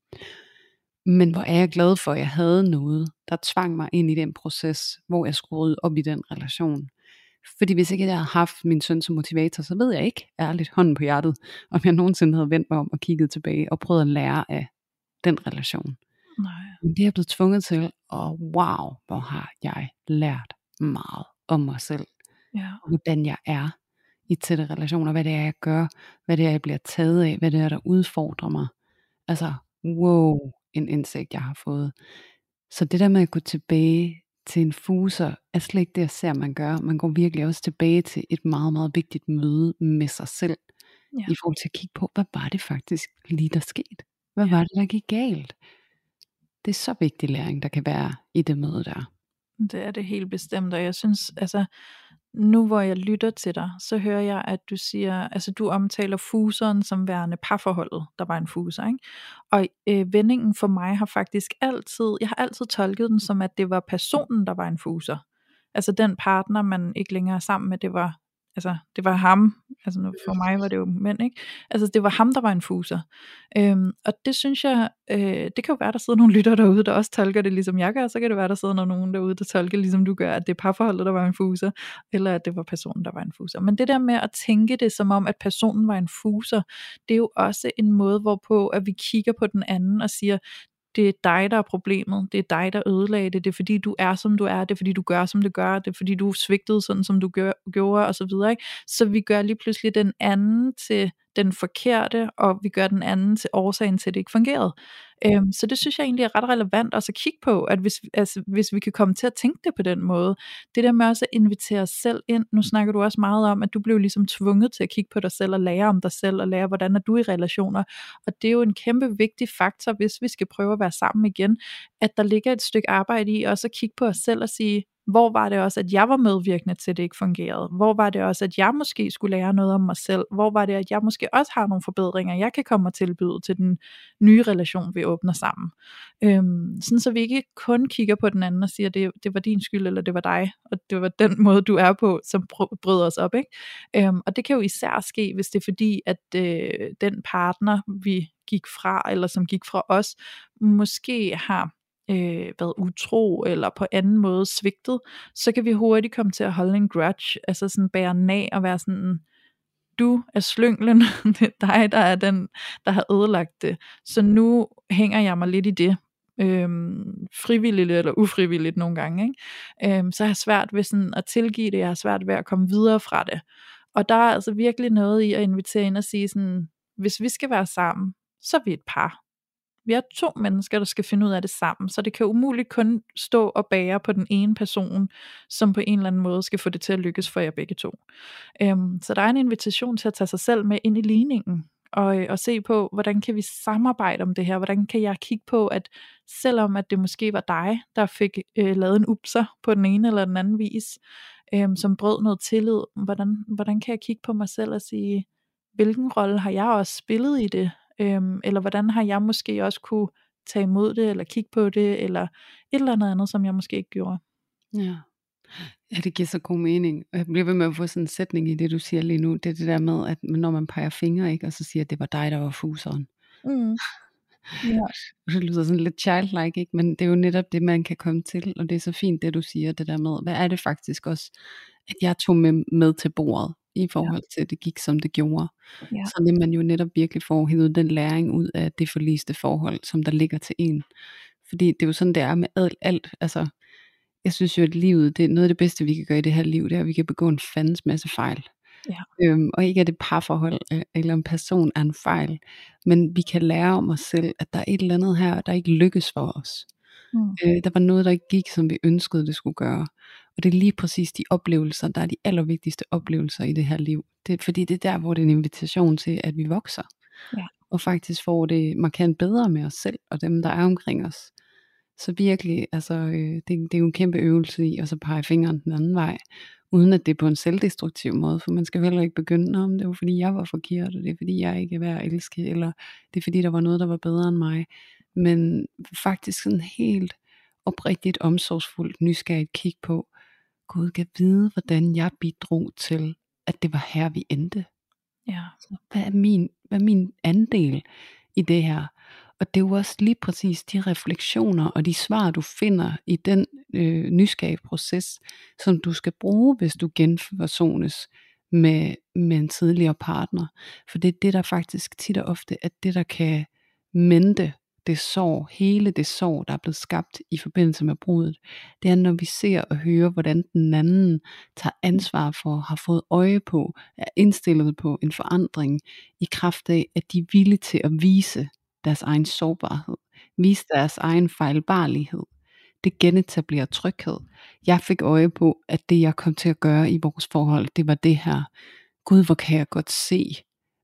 Men hvor er jeg glad for, at jeg havde noget, der tvang mig ind i den proces, hvor jeg skulle rydde op i den relation. Fordi hvis ikke jeg havde haft min søn som motivator, så ved jeg ikke, ærligt, hånden på hjertet, om jeg nogensinde havde vendt mig om og kigget tilbage og prøvet at lære af den relation. Nej. Men det er jeg blevet tvunget til, og wow, hvor har jeg lært meget om mig selv. Ja. Og hvordan jeg er i tætte relationer, hvad det er, jeg gør, hvad det er, jeg bliver taget af, hvad det er, der udfordrer mig. Altså, wow, en indsigt, jeg har fået. Så det der med at gå tilbage til en fuser, er slet ikke det, jeg ser, man gør. Man går virkelig også tilbage til et meget, meget vigtigt møde med sig selv. Ja. i forhold til at kigge på, hvad var det faktisk lige der skete? Hvad Ja. var det, der gik galt? Det er så vigtig læring, der kan være i det møde der. Det er det helt bestemt, og jeg synes, altså, nu hvor jeg lytter til dig, så hører jeg, at du siger, altså du omtaler fuseren som værende parforholdet, der var en fuser, ikke? Og øh, vendingen for mig har faktisk altid, jeg har altid tolket den som, at det var personen, der var en fuser. Altså den partner, man ikke længere er sammen med, det var, altså det var ham. Altså nu, for mig var det jo mænd, ikke? Altså det var ham, der var en fuser. Øhm, og det synes jeg, øh, det kan jo være, der sidder nogle lytter derude, der også tolker det ligesom jeg gør, så kan det være, der sidder nogen derude, der tolker ligesom du gør, at det er parforholdet, der var en fuser, eller at det var personen, der var en fuser. Men det der med at tænke det som om, at personen var en fuser, det er jo også en måde, hvorpå at vi kigger på den anden og siger, det er dig, der er problemet, det er dig, der ødelagde det, det er fordi du er, som du er, det er fordi du gør, som du gør, det er fordi du svigtede sådan, som du gør, gjorde, og så videre, ikke? Så vi gør lige pludselig den anden til den forkerte, og vi gør den anden til årsagen til, at det ikke fungerede. Øhm, så det synes jeg egentlig er ret relevant også at kigge på, at hvis, altså, hvis vi kan komme til at tænke det på den måde, det der med også at invitere os selv ind, nu snakker du også meget om, at du blev ligesom tvunget til at kigge på dig selv, og lære om dig selv, og lære, hvordan er du i relationer, og det er jo en kæmpe vigtig faktor, hvis vi skal prøve at være sammen igen, at der ligger et stykke arbejde i også at kigge på os selv og sige, hvor var det også, at jeg var medvirkende til, at det ikke fungerede? Hvor var det også, at jeg måske skulle lære noget om mig selv? Hvor var det, at jeg måske også har nogle forbedringer, jeg kan komme og tilbyde til den nye relation, vi åbner sammen? Øhm, sådan så vi ikke kun kigger på den anden og siger, det, det var din skyld, eller det var dig, og det var den måde, du er på, som bryder os op, ikke? Øhm, og det kan jo især ske, hvis det er fordi, at øh, den partner, vi gik fra, eller som gik fra os, måske har øh, været utro eller på anden måde svigtet, så kan vi hurtigt komme til at holde en grudge, altså sådan bære den af og være sådan, du er slynglen, det er dig, der er den, der har ødelagt det, så nu hænger jeg mig lidt i det, øhm, frivilligt eller ufrivilligt nogle gange, ikke? Øhm, så jeg har svært ved sådan at tilgive det, jeg har svært ved at komme videre fra det, og der er altså virkelig noget i at invitere ind og sige sådan, hvis vi skal være sammen, så er vi et par. Vi er to mennesker, der skal finde ud af det sammen, så det kan umuligt kun stå og bære på den ene person, som på en eller anden måde skal få det til at lykkes for jer begge to. Øhm, så der er en invitation til at tage sig selv med ind i ligningen, og, og se på, hvordan kan vi samarbejde om det her, hvordan kan jeg kigge på, at selvom at det måske var dig, der fik øh, lavet en upser på den ene eller den anden vis, øh, som brød noget tillid, hvordan, hvordan kan jeg kigge på mig selv og sige, hvilken rolle har jeg også spillet i det, øhm, eller hvordan har jeg måske også kunne tage imod det, eller kigge på det, eller et eller andet andet, som jeg måske ikke gjorde. Ja. Ja, det giver så god mening. Jeg bliver ved med at få sådan en sætning i det, du siger lige nu. Det er det der med, at når man peger fingre, ikke, og så siger, at det var dig, der var fuseren. Mm. Ja. Det lyder sådan lidt childlike, ikke? Men det er jo netop det, man kan komme til. Og det er så fint, det du siger, det der med, hvad er det faktisk også, at jeg tog med, med til bordet, i forhold til, at det gik, som det gjorde. Ja. Så det man jo netop virkelig får hævet den læring ud af det forliste forhold, som der ligger til en. Fordi det er jo sådan, det er med alt, alt altså, jeg synes jo, at livet, det er noget af det bedste, vi kan gøre i det her liv, det er, at vi kan begå en fandens masse fejl. Ja. Øhm, og ikke at det parforhold eller en person er en fejl, men vi kan lære om os selv, at der er et eller andet her, der ikke lykkes for os. Mm. Øh, der var noget, der ikke gik, som vi ønskede, det skulle gøre. Og det er lige præcis de oplevelser, der er de allervigtigste oplevelser i det her liv. Det er, fordi det er der, hvor det er en invitation til, at vi vokser. Ja. Og faktisk får det markant bedre med os selv, og dem, der er omkring os. Så virkelig, altså, øh, det, det er jo en kæmpe øvelse i, at så pege fingeren den anden vej, uden at det er på en selvdestruktiv måde, for man skal jo heller ikke begynde, om det var fordi jeg var forkert, og det er fordi jeg ikke er værd at elske, eller det er fordi der var noget, der var bedre end mig, men faktisk sådan helt oprigtigt, omsorgsfuldt, nysgerrigt kig på, Gud kan vide, hvordan jeg bidrog til, at det var her vi endte. Ja. Så hvad er min, hvad er min andel i det her? Og det er jo også lige præcis de refleksioner og de svar, du finder i den øh, nysgerrige proces, som du skal bruge, hvis du genforsones med, med en tidligere partner. For det er det, der faktisk tit og ofte, at det, der kan mende det sorg, hele det sorg, der er blevet skabt i forbindelse med bruddet, det er, når vi ser og hører, hvordan den anden tager ansvar for, har fået øje på, er indstillet på en forandring, i kraft af, at de er villige til at vise deres egen sårbarhed, vise deres egen fejlbarlighed. Det genetablerer tryghed. Jeg fik øje på, at det jeg kom til at gøre i vores forhold, det var det her. Gud, hvor kan jeg godt se,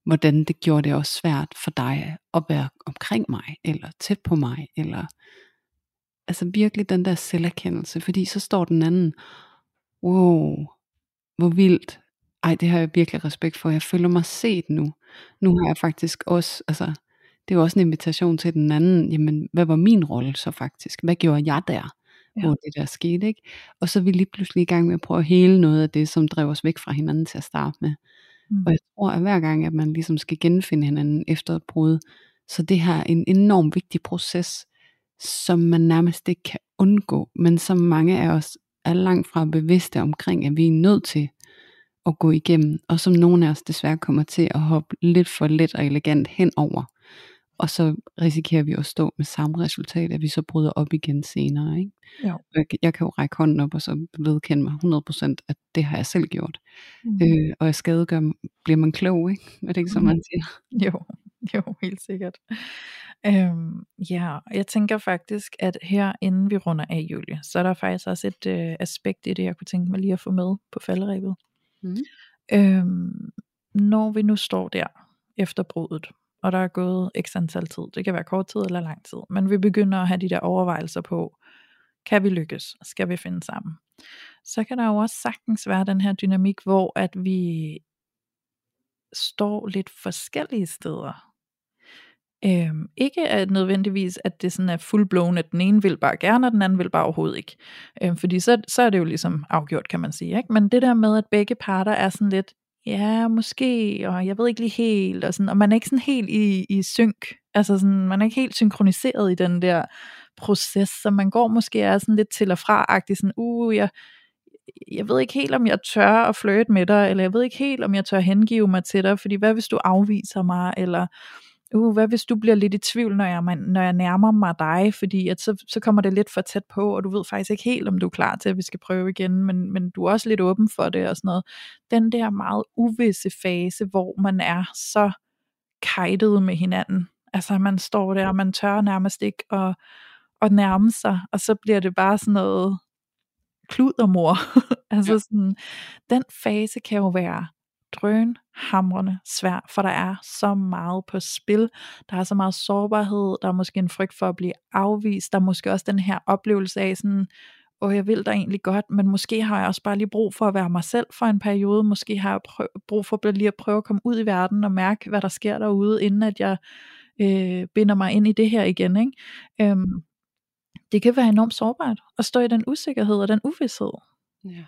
hvordan det gjorde det også svært for dig at være omkring mig, eller tæt på mig, eller altså virkelig den der selverkendelse, fordi så står den anden, wow, hvor vildt, ej det har jeg virkelig respekt for, jeg føler mig set nu, nu har jeg faktisk også, altså det er jo også en invitation til den anden, jamen hvad var min rolle så faktisk, hvad gjorde jeg der, Ja. hvor det der skete, ikke? Og så er vi lige pludselig i gang med at prøve at hele noget af det, som drev os væk fra hinanden til at starte med. Mm. Og jeg tror, at hver gang, at man ligesom skal genfinde hinanden efter et brud, så det her er en enormt vigtig proces, som man nærmest ikke kan undgå, men som mange af os er langt fra bevidste omkring, at vi er nødt til at gå igennem, og som nogle af os desværre kommer til at hoppe lidt for let og elegant henover, og så risikerer vi at stå med samme resultat, at vi så bryder op igen senere, ikke? Jo. Jeg, jeg kan jo række hånden op og så vedkende mig hundrede procent, at det har jeg selv gjort. Mm. Øh, og jeg skadegør, bliver man klog, ikke? Er det ikke så, man siger? Jo, jo, helt sikkert. Øhm, ja, jeg tænker faktisk, at her inden vi runder af, Julie, så er der faktisk også et øh, aspekt i det, jeg kunne tænke mig lige at få med på falderebet. Mm. Øhm, når vi nu står der efter bruddet, og der er gået x antal tid, det kan være kort tid eller lang tid, men vi begynder at have de der overvejelser på, kan vi lykkes, skal vi finde sammen, så kan der jo også sagtens være den her dynamik, hvor at vi står lidt forskellige steder. Øhm, ikke at nødvendigvis, at det sådan er full-blown, at den ene vil bare gerne, og den anden vil bare overhovedet ikke. Øhm, fordi så, så er det jo ligesom afgjort, kan man sige. Ikke? Men det der med, at begge parter er sådan lidt, ja, måske, og jeg ved ikke lige helt, og, sådan, og man er ikke sådan helt i, i synk. Altså sådan, man er ikke helt synkroniseret i den der proces, så man går måske er sådan lidt til og fra-agtigt, sådan, uh, jeg, jeg ved ikke helt, om jeg tør at flirte med dig, eller jeg ved ikke helt, om jeg tør hengive mig til dig, fordi hvad hvis du afviser mig, eller uh, hvad hvis du bliver lidt i tvivl, når jeg, når jeg nærmer mig dig, fordi at så, så kommer det lidt for tæt på, og du ved faktisk ikke helt, om du er klar til, at vi skal prøve igen, men, men du er også lidt åben for det, og sådan noget. Den der meget uvisse fase, hvor man er så kajtet med hinanden, altså man står der, og man tør nærmest ikke at, at nærme sig, og så bliver det bare sådan noget kludermor. altså ja. Sådan, den fase kan jo være drønhamrende svær, for der er så meget på spil, der er så meget sårbarhed, der er måske en frygt for at blive afvist, der er måske også den her oplevelse af sådan, åh, jeg vil dig egentlig godt, men måske har jeg også bare lige brug for at være mig selv for en periode, måske har jeg prøv, brug for lige at prøve at komme ud i verden og mærke, hvad der sker derude, inden at jeg øh, binder mig ind i det her igen, ikke? Øhm, det kan være enormt sårbart at stå i den usikkerhed og den uvidshed. Ja.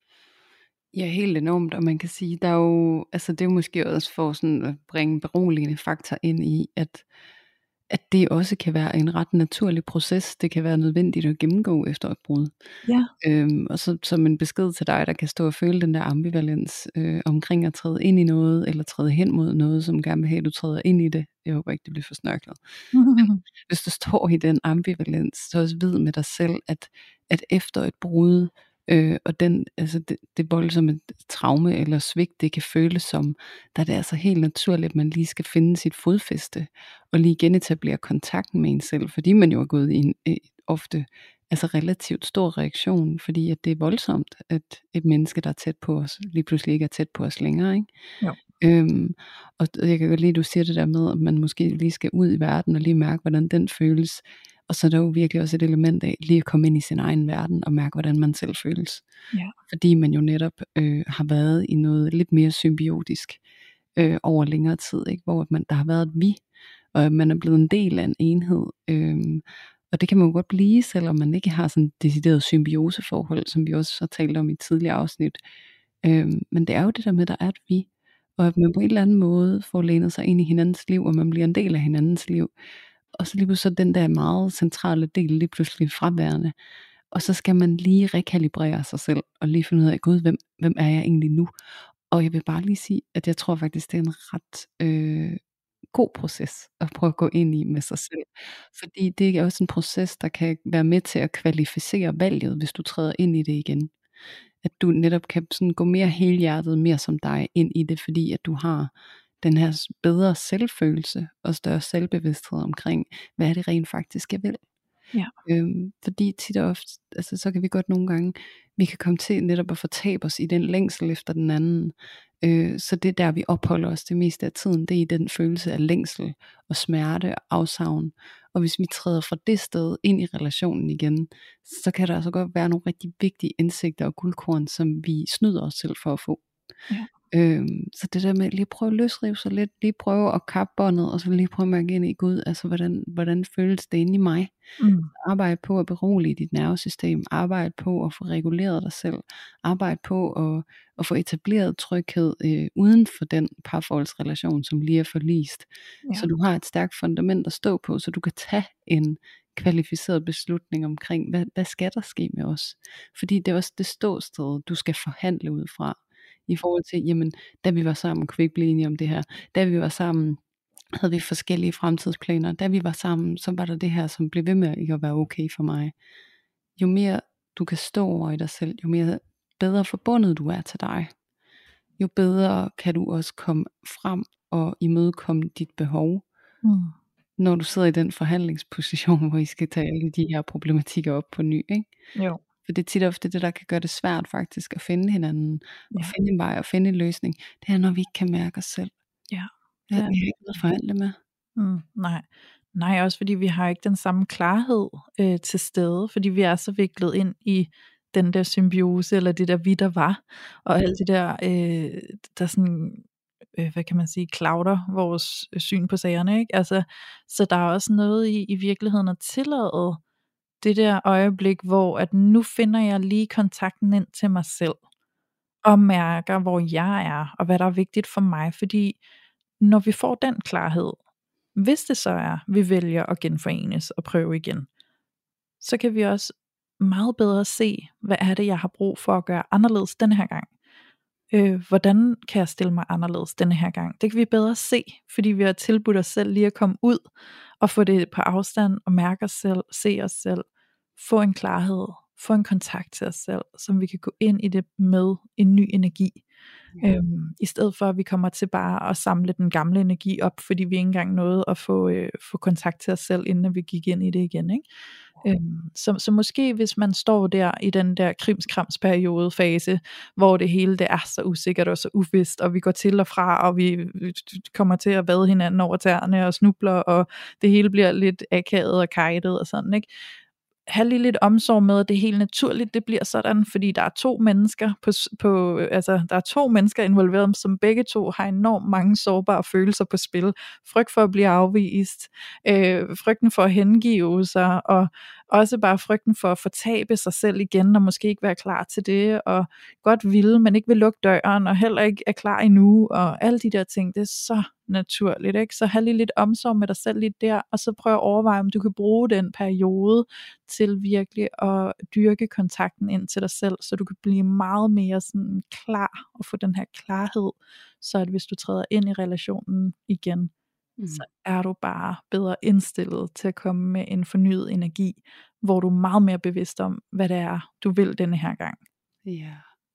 Ja, helt enormt, og man kan sige, der er jo, altså det er jo måske også for sådan at bringe beroligende faktor ind i, at, at det også kan være en ret naturlig proces, det kan være nødvendigt at gennemgå efter et brud. Ja. Øhm, og så som en besked til dig, der kan stå og føle den der ambivalens øh, omkring at træde ind i noget, eller træde hen mod noget, som gerne vil have, at du træder ind i det. Jeg håber ikke, det bliver for snørklet. Men hvis du står i den ambivalens, så også vid med dig selv, at, at efter et brud, Øh, og den, altså det, det voldsomme traume eller svigt, det kan føles som, der er det altså helt naturligt, at man lige skal finde sit fodfæste, og lige genetablere kontakten med en selv, fordi man jo er gået i en øh, ofte altså relativt stor reaktion, fordi at det er voldsomt, at et menneske, der er tæt på os, lige pludselig ikke er tæt på os længere, ikke? Jo. Øhm, og jeg kan godt lide, at du siger det der med, at man måske lige skal ud i verden, og lige mærke, hvordan den føles. Og så er der jo virkelig også et element af lige at komme ind i sin egen verden og mærke, hvordan man selv føles. Ja. Fordi man jo netop øh, har været i noget lidt mere symbiotisk øh, over længere tid, ikke? Hvor man, der har været et vi, og man er blevet en del af en enhed. Øh, og det kan man jo godt blive, selvom man ikke har sådan et decideret symbioseforhold, som vi også har talt om i et tidligere afsnit. Øh, men det er jo det der med, at der er et vi, og at man på en eller anden måde får lænet sig ind i hinandens liv, og man bliver en del af hinandens liv. Og så lige pludselig den der meget centrale del lige pludselig fraværende. Og så skal man lige rekalibrere sig selv, og lige finde ud af, gud, hvem, hvem er jeg egentlig nu? Og jeg vil bare lige sige, at jeg tror faktisk, det er en ret øh, god proces, at prøve at gå ind i med sig selv. Fordi det er også en proces, der kan være med til at kvalificere valget, hvis du træder ind i det igen. At du netop kan sådan gå mere helhjertet, mere som dig ind i det, fordi at du har den her bedre selvfølelse og større selvbevidsthed omkring, hvad er det rent faktisk jeg vil. Ja. Øhm, fordi tit og ofte, altså så kan vi godt nogle gange, vi kan komme til netop at fortabe os i den længsel efter den anden. Øh, så det er der vi opholder os det meste af tiden, det er i den følelse af længsel og smerte og afsavn. Og hvis vi træder fra det sted ind i relationen igen, så kan der altså godt være nogle rigtig vigtige indsigter og guldkorn, som vi snyder os selv for at få. Ja. Øhm, så det der med lige prøve at løsrive sig lidt, lige prøve at kappe båndet, og så lige prøve at mærke ind i Gud, altså hvordan, hvordan føles det inde i mig? Mm. Arbejde på at berolige dit nervesystem, arbejde på at få reguleret dig selv, arbejde på at, at få etableret tryghed øh, uden for den parforholdsrelation, som lige er forlist, Ja. så du har et stærkt fundament at stå på, så du kan tage en kvalificeret beslutning omkring, hvad, hvad skal der ske med os? Fordi det er også det ståsted, du skal forhandle ud fra, i forhold til, jamen, da vi var sammen, kunne vi ikke blive enige om det her, da vi var sammen, havde vi forskellige fremtidsplaner, da vi var sammen, så var der det her, som blev ved med ikke at være okay for mig. Jo mere du kan stå over i dig selv, jo mere bedre forbundet du er til dig, jo bedre kan du også komme frem og imødekomme dit behov, Mm. når du sidder i den forhandlingsposition, hvor I skal tage alle de her problematikker op på ny, ikke? Jo. For det er tit ofte det, der kan gøre det svært faktisk at finde hinanden, Ja. og finde en vej og finde en løsning. Det er, når vi ikke kan mærke os selv. Ja. Ja, Det vi er har ikke noget at forhandle med. Mm, nej. Nej, også fordi vi har ikke den samme klarhed øh, til stede, fordi vi er så viklet ind i den der symbiose, eller det der vi der var, og alt det der, øh, der sådan, øh, hvad kan man sige, clouder vores øh, syn på sagerne, ikke? Altså, så der er også noget i, i virkeligheden at tillade det der øjeblik, hvor at nu finder jeg lige kontakten ind til mig selv, og mærker, hvor jeg er, og hvad der er vigtigt for mig, fordi når vi får den klarhed, hvis det så er, vi vælger at genforenes og prøve igen, så kan vi også meget bedre se, hvad er det, jeg har brug for at gøre anderledes denne her gang. Øh, hvordan kan jeg stille mig anderledes denne her gang? Det kan vi bedre se, fordi vi har tilbudt os selv lige at komme ud og få det på afstand og mærke os selv, se os selv, få en klarhed, få en kontakt til os selv, som vi kan gå ind i det med en ny energi. Ja. Øhm, I stedet for at vi kommer til bare at samle den gamle energi op, fordi vi ikke engang nåede at få, øh, få kontakt til os selv, inden vi gik ind i det igen, ikke? Ja. Øhm, så, så måske hvis man står der i den der krimskramsperiode fase, hvor det hele det er så usikkert og så uvist, og vi går til og fra, og vi kommer til at vade hinanden over tæerne og snubler, og det hele bliver lidt akavet og kajtet og sådan, ikke? have lige lidt omsorg med, at det er helt naturligt, det bliver sådan, fordi der er to mennesker på, på altså der er to mennesker involveret, som begge to har enormt mange sårbare følelser på spil. Frygt for at blive afvist, øh, frygten for at hengive sig, og også bare frygten for at fortabe sig selv igen, og måske ikke være klar til det, og godt ville, men ikke vil lukke døren, og heller ikke er klar endnu, og alle de der ting, det er så naturligt, ikke? Så have lige lidt omsorg med dig selv lige der, og så prøv at overveje, om du kan bruge den periode til virkelig at dyrke kontakten ind til dig selv, så du kan blive meget mere sådan klar, og få den her klarhed, så at hvis du træder ind i relationen igen, mm. så er du bare bedre indstillet til at komme med en fornyet energi, hvor du er meget mere bevidst om, hvad det er, du vil denne her gang. Ja,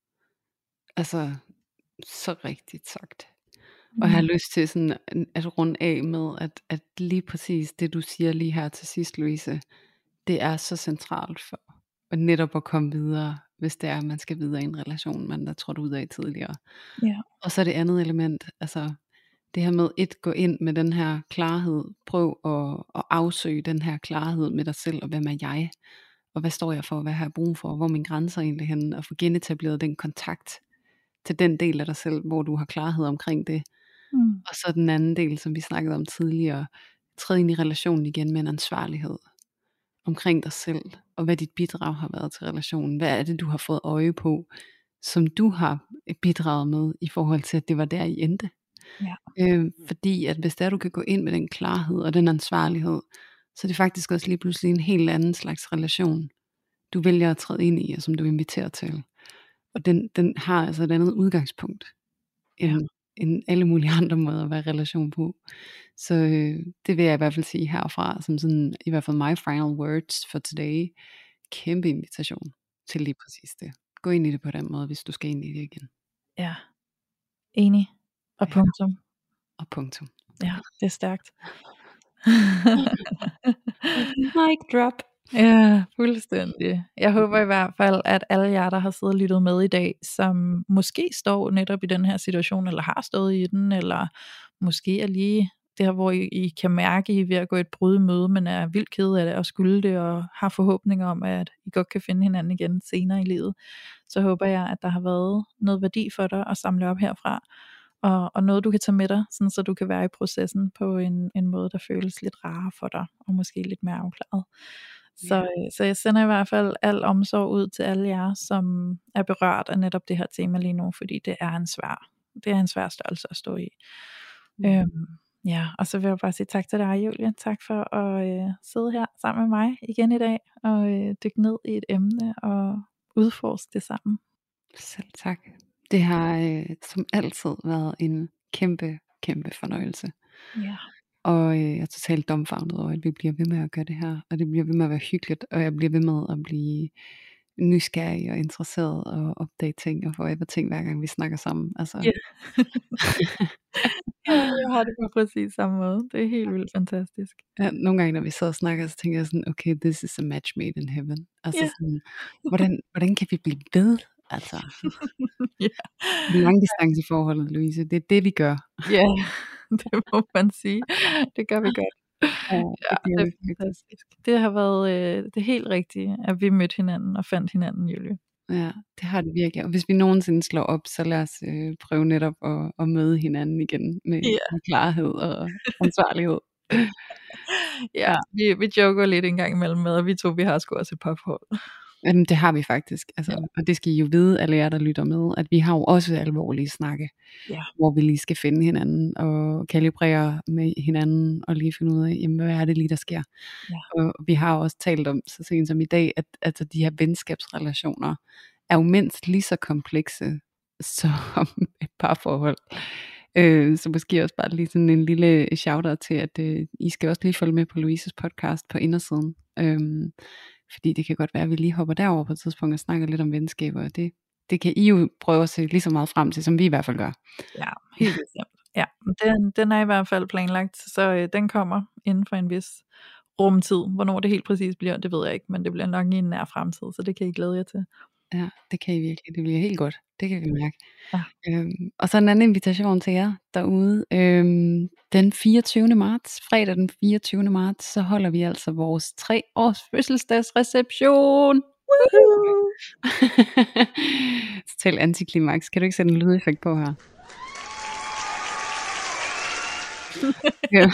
altså, så rigtigt sagt. Og jeg har lyst til sådan at runde af med, at, at lige præcis det du siger lige her til sidst, Louise, det er så centralt for at netop at komme videre, hvis det er, at man skal videre i en relation, man er trådt ud af tidligere. Ja. Og så er det andet element, altså det her med et, gå ind med den her klarhed, prøv at, at afsøge den her klarhed med dig selv, og hvem er jeg, og hvad står jeg for, hvad har jeg brug for, hvor er mine grænser egentlig henne, og få genetableret den kontakt til den del af dig selv, hvor du har klarhed omkring det. Mm. Og så den anden del, som vi snakkede om tidligere, træde ind i relationen igen med en ansvarlighed omkring dig selv, og hvad dit bidrag har været til relationen. Hvad er det, du har fået øje på, som du har bidraget med, i forhold til, at det var der, I endte. Ja. Øh, fordi at hvis der du kan gå ind med den klarhed og den ansvarlighed, så er det faktisk også lige pludselig en helt anden slags relation, du vælger at træde ind i, og som du inviterer til. Og den, den har altså et andet udgangspunkt, end, ja. end alle mulige andre måder at være i relation på. Så øh, det vil jeg i hvert fald sige herfra, som sådan, i hvert fald my final words for today. Kæmpe invitation til lige præcis det. Gå ind i det på den måde, hvis du skal ind i det igen. Ja, enig. Og punktum. Ja. Og punktum. Ja, det er stærkt. Mic drop. Ja, fuldstændig. Jeg håber i hvert fald, at alle jer, der har siddet og lyttet med i dag, som måske står netop i den her situation, eller har stået i den, eller måske er lige der, hvor I, I kan mærke, at I er ved at gå et brud i møde, men er vildt kede af det og skylde det, og har forhåbninger om, at I godt kan finde hinanden igen senere i livet. Så håber jeg, at der har været noget værdi for dig at samle op herfra, og, og noget du kan tage med dig, sådan, så du kan være i processen på en, en måde, der føles lidt rarere for dig, og måske lidt mere afklaret. Så, øh, så jeg sender i hvert fald al omsorg ud til alle jer, som er berørt af netop det her tema lige nu, fordi det er en svær, det er en svær størrelse at stå i. Mm. Øhm, ja, og så vil jeg bare sige tak til dig, Julie. Tak for at øh, sidde her sammen med mig igen i dag, og øh, dykke ned i et emne, og udforske det sammen. Selv tak. Det har øh, som altid været en kæmpe, kæmpe fornøjelse. Ja. Og øh, jeg er totalt domfavnet over, at vi bliver ved med at gøre det her. Og det bliver ved med at være hyggeligt. Og jeg bliver ved med at blive nysgerrig og interesseret og opdage ting og forever ting, hver gang vi snakker sammen. Altså. Yeah. Ja, jeg har det på præcis samme måde. Det er helt vildt fantastisk. Ja, nogle gange, når vi sidder og snakker, så tænker jeg sådan, okay, this is a match made in heaven. Altså Yeah. sådan, hvordan, hvordan kan vi blive ved? Altså, ja. Langdistanceforholdet, Louise, det er det, vi gør. Ja, det må man sige. Det gør vi godt. Ja, ja, det, det, er fantastisk. Det har været øh, det helt rigtige, at vi mødte hinanden og fandt hinanden, Julie. Ja, det har det virkelig. Og hvis vi nogensinde slår op, så lad os øh, prøve netop at, at møde hinanden igen med, Ja. med klarhed og ansvarlighed. ja, ja. Vi, vi joker lidt en gang imellem med, at vi to, vi har sgu også et par forhold. Jamen, det har vi faktisk. Altså, ja. Og det skal I jo vide, alle jer, der lytter med, at vi har jo også alvorlige snakke, ja. hvor vi lige skal finde hinanden og kalibrere med hinanden og lige finde ud af, jamen, hvad er det lige, der sker. Ja. Og vi har også talt om, så sent som i dag, at altså, de her venskabsrelationer er jo mindst lige så komplekse som et parforhold. Øh, så måske også bare lige sådan en lille shout-out til, at øh, I skal også lige følge med på Louises podcast på Indersiden. Øh, fordi det kan godt være, at vi lige hopper derover på et tidspunkt og snakker lidt om venskaber, og det, det kan I jo prøve at se lige så meget frem til, som vi i hvert fald gør. Ja, helt bestemt. Ja, den, den er i hvert fald planlagt, så øh, den kommer inden for en vis rumtid. Hvornår det helt præcis bliver, det ved jeg ikke, men det bliver nok i en nær fremtid, så det kan I glæde jer til. Ja, det kan I virkelig. Det bliver helt godt. Det kan vi mærke. Ja. Øhm, og så en anden invitation til jer derude. Øhm, den fireogtyvende marts, fredag den fireogtyvende marts, så holder vi altså vores tre års fødselsdagsreception. Total antiklimaks. Kan du ikke sætte en lydeffekt på her? Ja.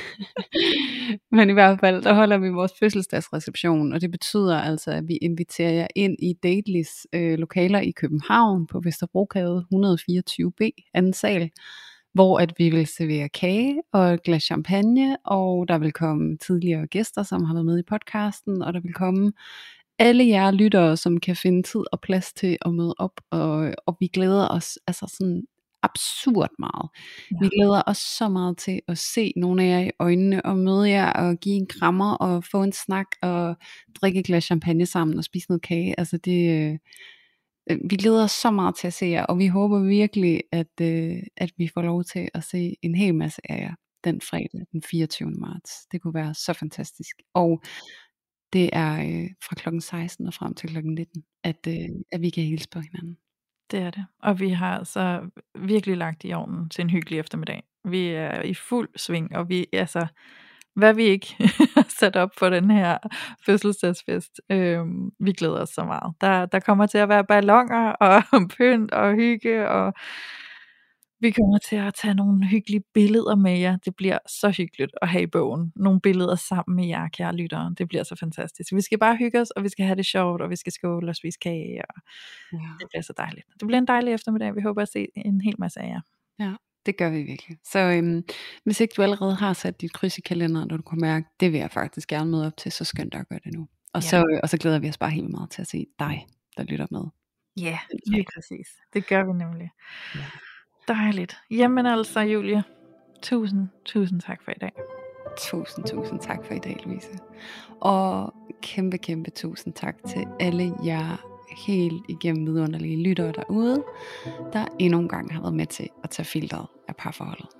Men i hvert fald, der holder vi vores fødselsdagsreception, og det betyder altså, at vi inviterer jer ind i Datelys øh, lokaler i København på Vesterbrogade et hundrede og fireogtyve B, anden sal, hvor at vi vil servere kage og et glas champagne, og der vil komme tidligere gæster, som har været med i podcasten, og der vil komme alle jer lyttere, som kan finde tid og plads til at møde op, og, og vi glæder os altså sådan absurd meget. Ja. Vi glæder os så meget til at se nogle af jer i øjnene og møde jer og give en krammer og få en snak og drikke et glas champagne sammen og spise noget kage. Altså det, øh, vi glæder os så meget til at se jer, og vi håber virkelig, at, øh, at vi får lov til at se en hel masse af jer den fredag, den fireogtyvende marts. Det kunne være så fantastisk. Og det er øh, fra klokken seksten og frem til klokken nitten, at, øh, at vi kan hilse på hinanden. Det er det. Og vi har altså virkelig lagt i ovnen til en hyggelig eftermiddag. Vi er i fuld sving, og vi, altså, hvad vi ikke har sat op for den her fødselsdagsfest, øhm, vi glæder os så meget. Der, der kommer til at være balloner og pynt og hygge, og vi kommer til at tage nogle hyggelige billeder med jer. Det bliver så hyggeligt at have i bogen. Nogle billeder sammen med jer, kære lyttere. Det bliver så fantastisk. Vi skal bare hygge os, og vi skal have det sjovt, og vi skal skåle og spise kage. Og ja. Det bliver så dejligt. Det bliver en dejlig eftermiddag. Vi håber at se en hel masse af jer. Ja, det gør vi virkelig. Så øhm, hvis ikke du allerede har sat dit kryds i kalenderen, når du kan mærke, det vil jeg faktisk gerne møde op til, så skønt at gøre det nu. Og, ja. så, og så glæder vi os bare helt meget til at se dig, der lytter med. Ja, lige præcis. Det gør vi nemlig. Ja. Dejligt. Jamen altså, Julie, tusind, tusind tak for i dag. Tusind, tusind tak for i dag, Louise. Og kæmpe, kæmpe tusind tak til alle jer helt igennem vidunderlige lyttere derude, der endnu en gang har været med til at tage filteret af parforholdet.